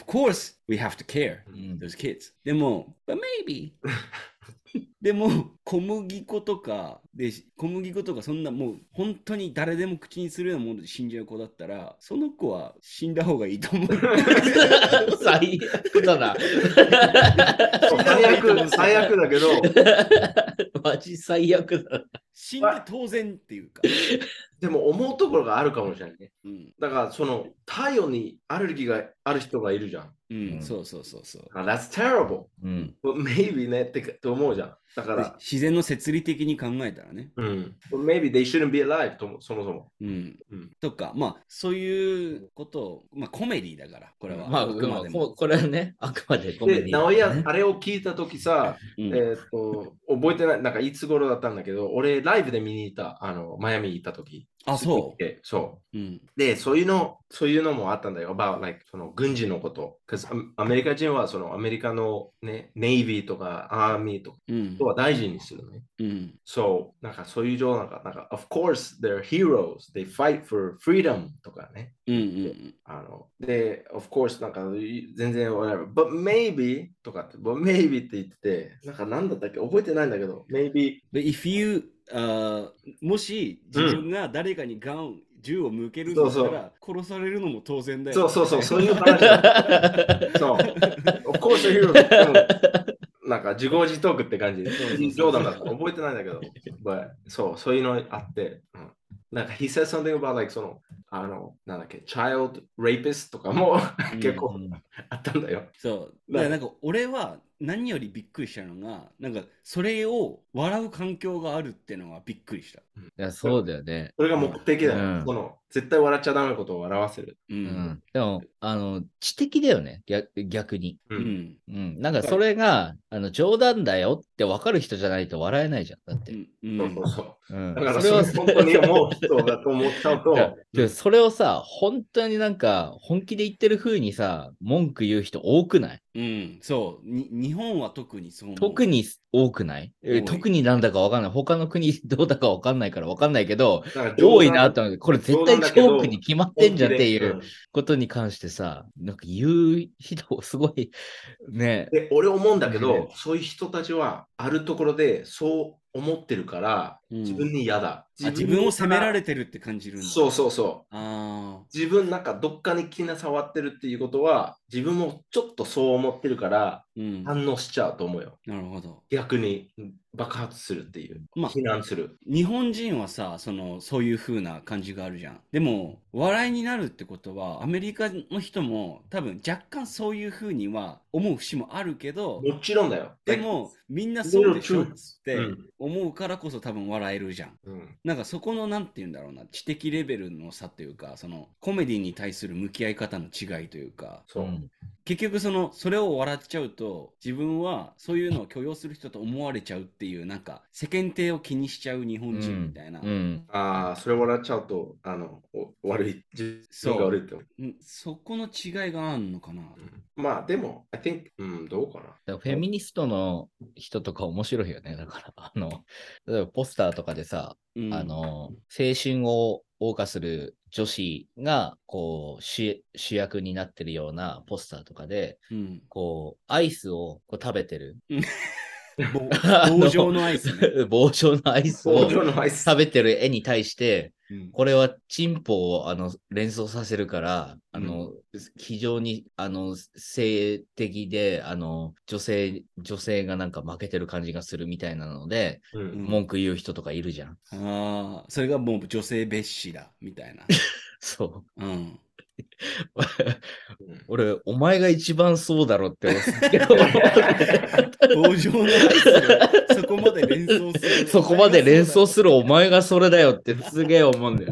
Speaker 1: to care those kids でも But maybe でも小麦粉とかそんなもう本当に誰でも口にするようなもので死んじゃう子だったらその子は死んだ方がいいと思う。
Speaker 2: 最悪だな。
Speaker 3: 最悪だけど
Speaker 2: マジ最悪だ。
Speaker 1: 死んで当然っていうか。
Speaker 3: でも思うところがあるかもしれないね。だからその太陽にアレルギーがある人がいるじゃん。
Speaker 1: そう。
Speaker 3: That's terrible. But maybe ねって思うじゃん。だから
Speaker 1: 自然の摂理的に考えたらね。
Speaker 3: But maybe they shouldn't be alive そもそも。
Speaker 1: とか、まあそういうことを、まあコメディだからこれは。
Speaker 2: まあこれはね、あくまでコメディ。
Speaker 3: で、直哉あれを聞いたときさ、覚えてない、なんかいつ頃だったんだけど、俺ライブで見に行った、マイアミ行ったとき。そう。で、そういうのもあったんだよ。like その軍事のこと。アメリカ人はそのアメリカのね、ネイビーとかアーミーとか、は大事にするね。なんかそういう状況なんか、of course, they're heroes. They fight for freedom とかね。で、of course, なんか全然 whatever. But maybe とかって、but maybe って言ってて、なんか何だったっけ覚えてないんだけど、maybe.
Speaker 1: But if youもし自分が誰かに銃を向けるんだったら殺されるのも当然だよ。
Speaker 3: そういう話だ。そう。Of course, a hero. なんか自業自得って感じ。冗談だった。覚えてないんだけど。そういうのあって。なんか、he said something about like その、なんだっけ、child rapist とかも結構あったんだよ。
Speaker 1: そう。だからなんか俺は何よりびっくりしたのが、なんかそれを笑う環境があるっていうのがびっくりした。
Speaker 2: いや、そうだよね。
Speaker 3: それが目的だよ。絶対笑っちゃダメなことを笑わせる。
Speaker 2: でも、知的だよね、逆に。なんかそれが、冗談だよって分かる人じゃないと笑えないじゃん。だって。
Speaker 3: そう。だからそれを本当に思う人だと思っちゃうと。
Speaker 2: それをさ、本当になんか本気で言ってる風にさ、文句言う人多くない？
Speaker 1: そう。日本は特にそう思う。
Speaker 2: 特に多くない？特になんだかわかんない。他の国どうだかわかんないからわかんないけど、多いなと思って、これ絶対ジョークに決まってんじゃんっていうことに関してさ、なんか言う人すごいね。
Speaker 3: で、俺思うんだけど、そういう人たちはあるところでそう思ってるから、自分に嫌だ。
Speaker 1: 自分を責められてるって感じるんだ。
Speaker 3: そう。自分なんかどっかに気が触ってるっていうことは、自分もちょっとそう思ってるから、反応しちゃうと思うよ。
Speaker 1: なるほど。
Speaker 3: 逆に爆発するっていう。非難する。
Speaker 1: 日本人はさ、そういう風な感じがあるじゃん。でも、笑いになるってことは、アメリカの人も多分若干そういう風には思う節もあるけど、
Speaker 3: もちろんだよ。
Speaker 1: でも、みんなそうでしょって思うからこそ多分笑えるじゃん。なんかそこのなんて言うんだろうな、知的レベルの差というか、コメディに対する向き合い方の違いというか、結局それを笑っちゃうと、自分はそういうのを許容する人と思われちゃうっていう、なんか世間体を気にしちゃう日本人みたいな。
Speaker 3: それ笑っちゃうと、悪い、自分が悪いって。
Speaker 1: そこの違いがあるのかな。
Speaker 3: まあでも、I think、どうかな。
Speaker 2: フェミニストの人とか面白いよね。だから、例えばポスターとかでさ、青春を謳歌する女子が、こう、主役になってるようなポスターとかで、こう、アイスを食べてる。
Speaker 1: 棒状のアイスね。
Speaker 2: 棒状のアイスを食べてる絵に対して、これはチンポを連想させるから、非常に性的で女性がなんか負けてる感じがするみたいなので、文句言う人とかいるじゃん。
Speaker 1: それがもう女性蔑視だみたいな。
Speaker 2: そう。俺、お前が一番そうだろって思って。
Speaker 1: 棒状のアイスそこまで連想する。
Speaker 2: そこまで連想するお前がそれだよってすげえ思うんだよ。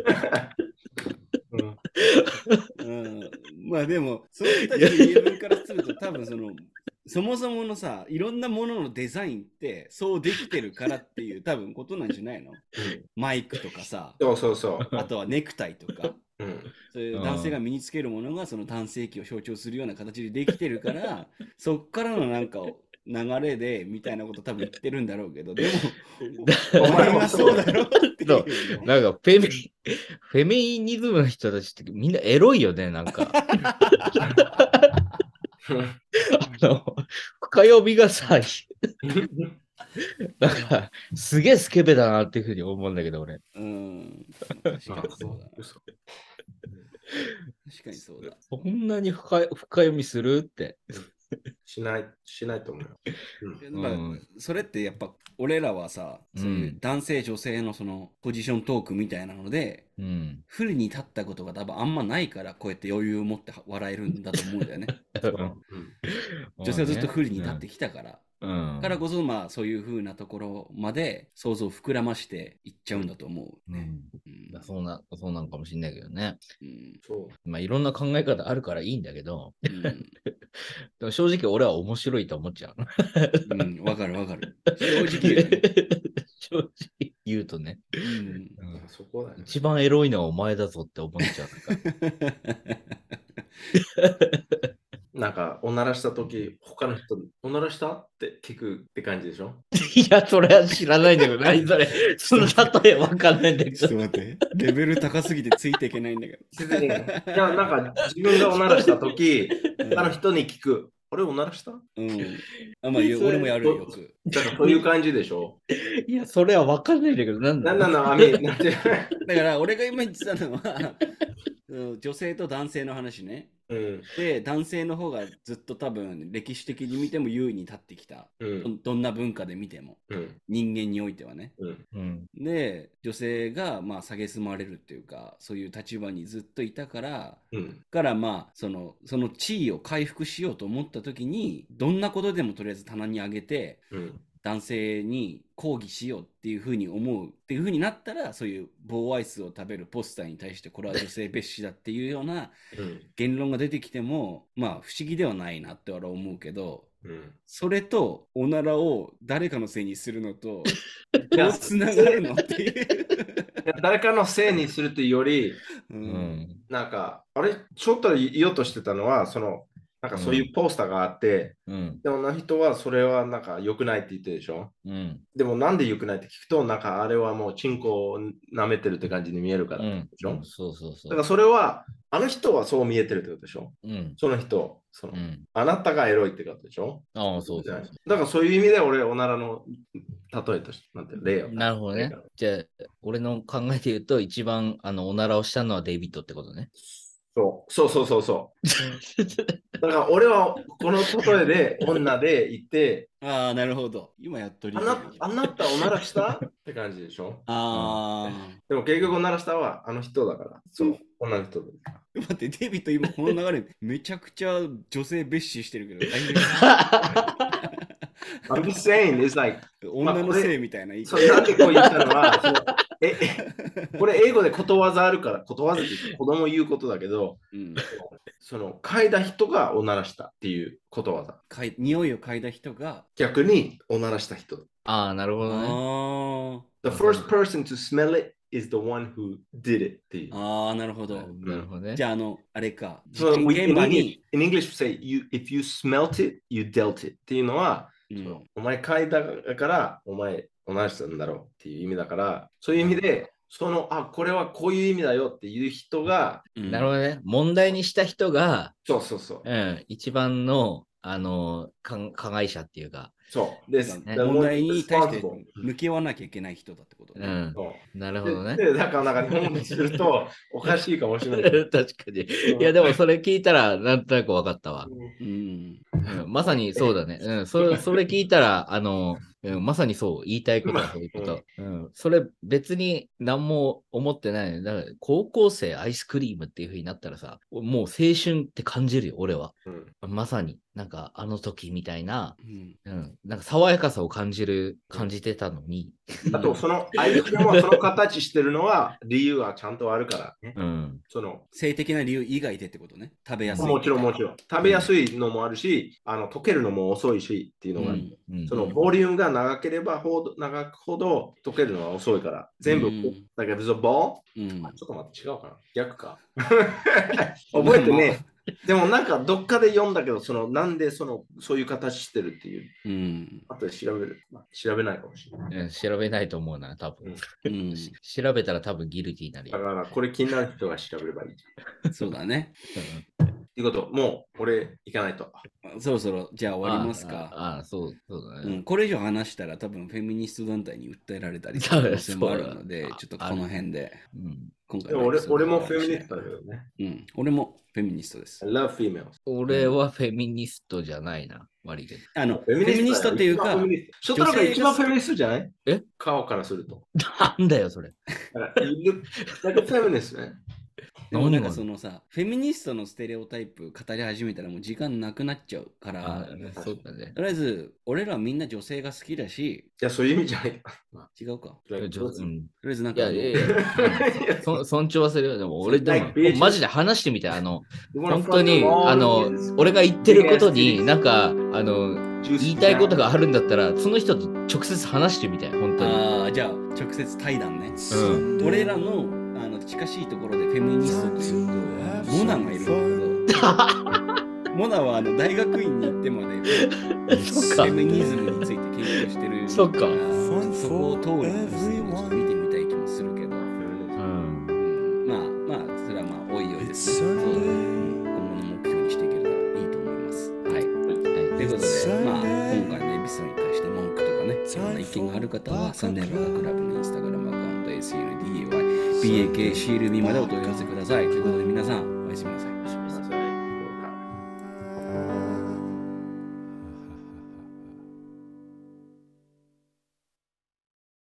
Speaker 1: まあでも、そういう人たちの言い分からすると多分そもそものさ、いろんなもののデザインってそうできてるからっていう多分ことなんじゃないの？マイクとかさ、あとはネクタイとか。そういう男性が身につけるものがその男性器を象徴するような形でできてるからそっからのなんか流れでみたいなこと多分言ってるんだろうけど、でもお前はそうだろっていう
Speaker 2: なんかフェミニズムの人たちってみんなエロいよね、なんか。深読みがさ、だからすげえスケベだなっていうふうに思うんだけど、俺。
Speaker 1: 確かにそうだ。確かにそうだ。
Speaker 2: そんなに深読みするって。
Speaker 3: しないと思う。
Speaker 1: それってやっぱ俺らはさ、そういう男性女性のそのポジショントークみたいなので、不利に立ったことが多分あんまないからこうやって余裕を持って笑えるんだと思うんだよね。女性はずっと不利に立ってきたから。からこそまあそういう風なところまで想像を膨らましていっちゃうんだと思う、ね。
Speaker 2: そうなんかもしれないけどね。まあいろんな考え方あるからいいんだけど、でも正直俺は面白いと思っちゃう。
Speaker 1: わかる。正直言う、ね、
Speaker 2: 正直言うとね。
Speaker 3: そこだね。
Speaker 2: 一番エロいのはお前だぞって思っちゃう。
Speaker 3: なんか、おならしたとき、他の人、おならしたって聞くって感じでしょ？
Speaker 2: いや、それは知らないんだけど、何それ。その例えわかんないんだけど。
Speaker 1: ちょっと待って。レベル高すぎてついていけないんだけど。
Speaker 3: いや、なんか、自分がおならしたとき、他の人に聞く。俺おならした？
Speaker 1: まあ、俺もやるよく。
Speaker 3: だからそういう感じでしょ？
Speaker 2: いや、それはわかんないんだけど、なんだ
Speaker 3: だ
Speaker 1: から、俺が今言ってたのは、女性と男性の話ね。 で、男性の方がずっと多分歴史的に見ても優位に立ってきた。どんな文化で見ても。人間においてはね。で、女性がまあ蔑まれるっていうか、そういう立場にずっといたから、まあその地位を回復しようと思った時に、どんなことでもとりあえず棚に上げて、男性に抗議しようっていうふうに思うっていうふうになったら、そういう棒アイスを食べるポスターに対してこれは女性蔑視だっていうような言論が出てきても、まあ不思議ではないなって俺は思うけど、それとおならを誰かのせいにするのとどうつながるのっていう
Speaker 3: 誰かのせいにするというより、なんかあれちょっと言おうとしてたのはなんかそういうポスターがあって、でもな人はそれはなんか良くないって言ってるでしょ、でもなんで良くないって聞くと、なんかあれはもうチンコを舐めてるって感じに見えるからでしょ、だからそれはあの人はそう見えてるってことでしょ、その人あなたがエロいってことでしょ。だからそういう意味で俺おならの例えとしてなんて例を。
Speaker 2: なるほどね。じゃあ俺の考えで言うと一番おならをしたのはデイビッドってことね。
Speaker 3: そう。だから俺はこの例えで女でいて、
Speaker 1: ああ、なるほど。今やっとり。
Speaker 3: あなたおならしたって感じでしょ。でも結局おならしたはあの人だから、女の人だ。
Speaker 1: 待って、デイビッド今この流れめちゃくちゃ女性蔑視してるけど、大丈夫
Speaker 3: I'm just saying, it's like
Speaker 1: 女のせいみたいな言い方。
Speaker 3: なんでこう言ったのは、これ英語でことわざあるから、ことわざって言って子供言うことだけど、嗅いだ人がおならしたっていうことわざ。
Speaker 1: 匂いを嗅いだ人が
Speaker 3: 逆におならした人。
Speaker 2: ああ、なるほどね。
Speaker 3: The first person to smell it is the one who did it っていう。
Speaker 1: ああ、なるほど。
Speaker 2: なるほどね。
Speaker 1: じゃあ、あれか。
Speaker 3: So, in English, say, if you smelt it, you dealt it っていうのは、お前嗅いだからお前おならしたんだろうっていう意味だから、そういう意味で、これはこういう意味だよっていう人が、
Speaker 2: なるほどね。問題にした人が、
Speaker 3: そう。
Speaker 2: 一番の、加害者っていうか。
Speaker 3: そうです。
Speaker 1: 問題に対して向き合わなきゃいけない人だってことね。
Speaker 2: なるほどね。
Speaker 3: だからなんか日本にするとおかしいかもしれない。
Speaker 2: 確かに。いや、でもそれ聞いたらなんとなく分かったわ。まさにそうだね。それ聞いたら、まさにそう、言いたいことはそういうこと。それ別に何も思ってない。だから高校生アイスクリームっていう風になったらさ、もう青春って感じるよ、俺は。まさに。なんかあの時みたいな、なんか爽やかさを感じてたのに。
Speaker 3: あと、そのアイスクリームはその形してるのは理由はちゃんとあるからね。
Speaker 1: 性的な理由以外でってことね。食べやすい。
Speaker 3: もちろん。食べやすいのもあるし、溶けるのも遅いしっていうのがある。そのボリュームが長ければ長くほど溶けるのは遅いから。全部、だけど、ボール、ちょっと待って、違うかな逆か。覚えてね。でもなんかどっかで読んだけど、なんでそういう形してるっていう。あとで調べないかもしれない。
Speaker 2: 調べないと思うな、多分。調べたら多分ギルティーになるよ。
Speaker 3: だからこれ気になる人が調べればいいじ
Speaker 1: ゃん。そうだね。
Speaker 3: っていうこと、もう俺行かないと。
Speaker 1: そろそろじゃあ終わりますか。
Speaker 2: そうだね。
Speaker 1: これ以上話したら多分フェミニスト団体に訴えられたりする可能性もあるので、ちょっとこの辺で。
Speaker 3: 今回俺もフェミニストだけどね。
Speaker 1: 俺もフェミニストです。
Speaker 3: I love females.
Speaker 2: 俺はフェミニストじゃないな、割と。
Speaker 1: フェミニストっていうか、
Speaker 3: ショトラが一番フェミニストじゃない？顔からすると。
Speaker 2: なんだよ、それ。
Speaker 3: You look like a feminist,ね。
Speaker 1: なんかそのさ、フェミニストのステレオタイプ語り始めたらもう時間なくなっちゃうから、
Speaker 2: そうだね。
Speaker 1: とりあえず、俺らはみんな女性が好きだし、
Speaker 3: いや、そういう意味じゃない。
Speaker 1: 違うか。
Speaker 2: とりあ
Speaker 1: えずなんか。
Speaker 2: いや、尊重はするよ。でも俺でも、マジで話してみて、本当に、俺が言ってることに、なんか、言いたいことがあるんだったら、その人と直接話してみたい、本当に。
Speaker 1: じゃあ、直接対談ね。俺らの近しいところでフェミニストというとモナがいるんだけどモナは大学院に行ってまでフェミニズムについて研究してる
Speaker 2: そっか
Speaker 1: そこを通る女性をちょっと見てみたい気もするけど、まあそれはまあおいおいですね。今後の目標にしていけたらいいと思います。はい、ということで、まあ今回のエピソードに対して文句とかね、いろんな意見がある方はサンデーバーガークラブのインスタグラムアカウント SUNDAYBAKCLB までお問い合わせください。ということで皆さん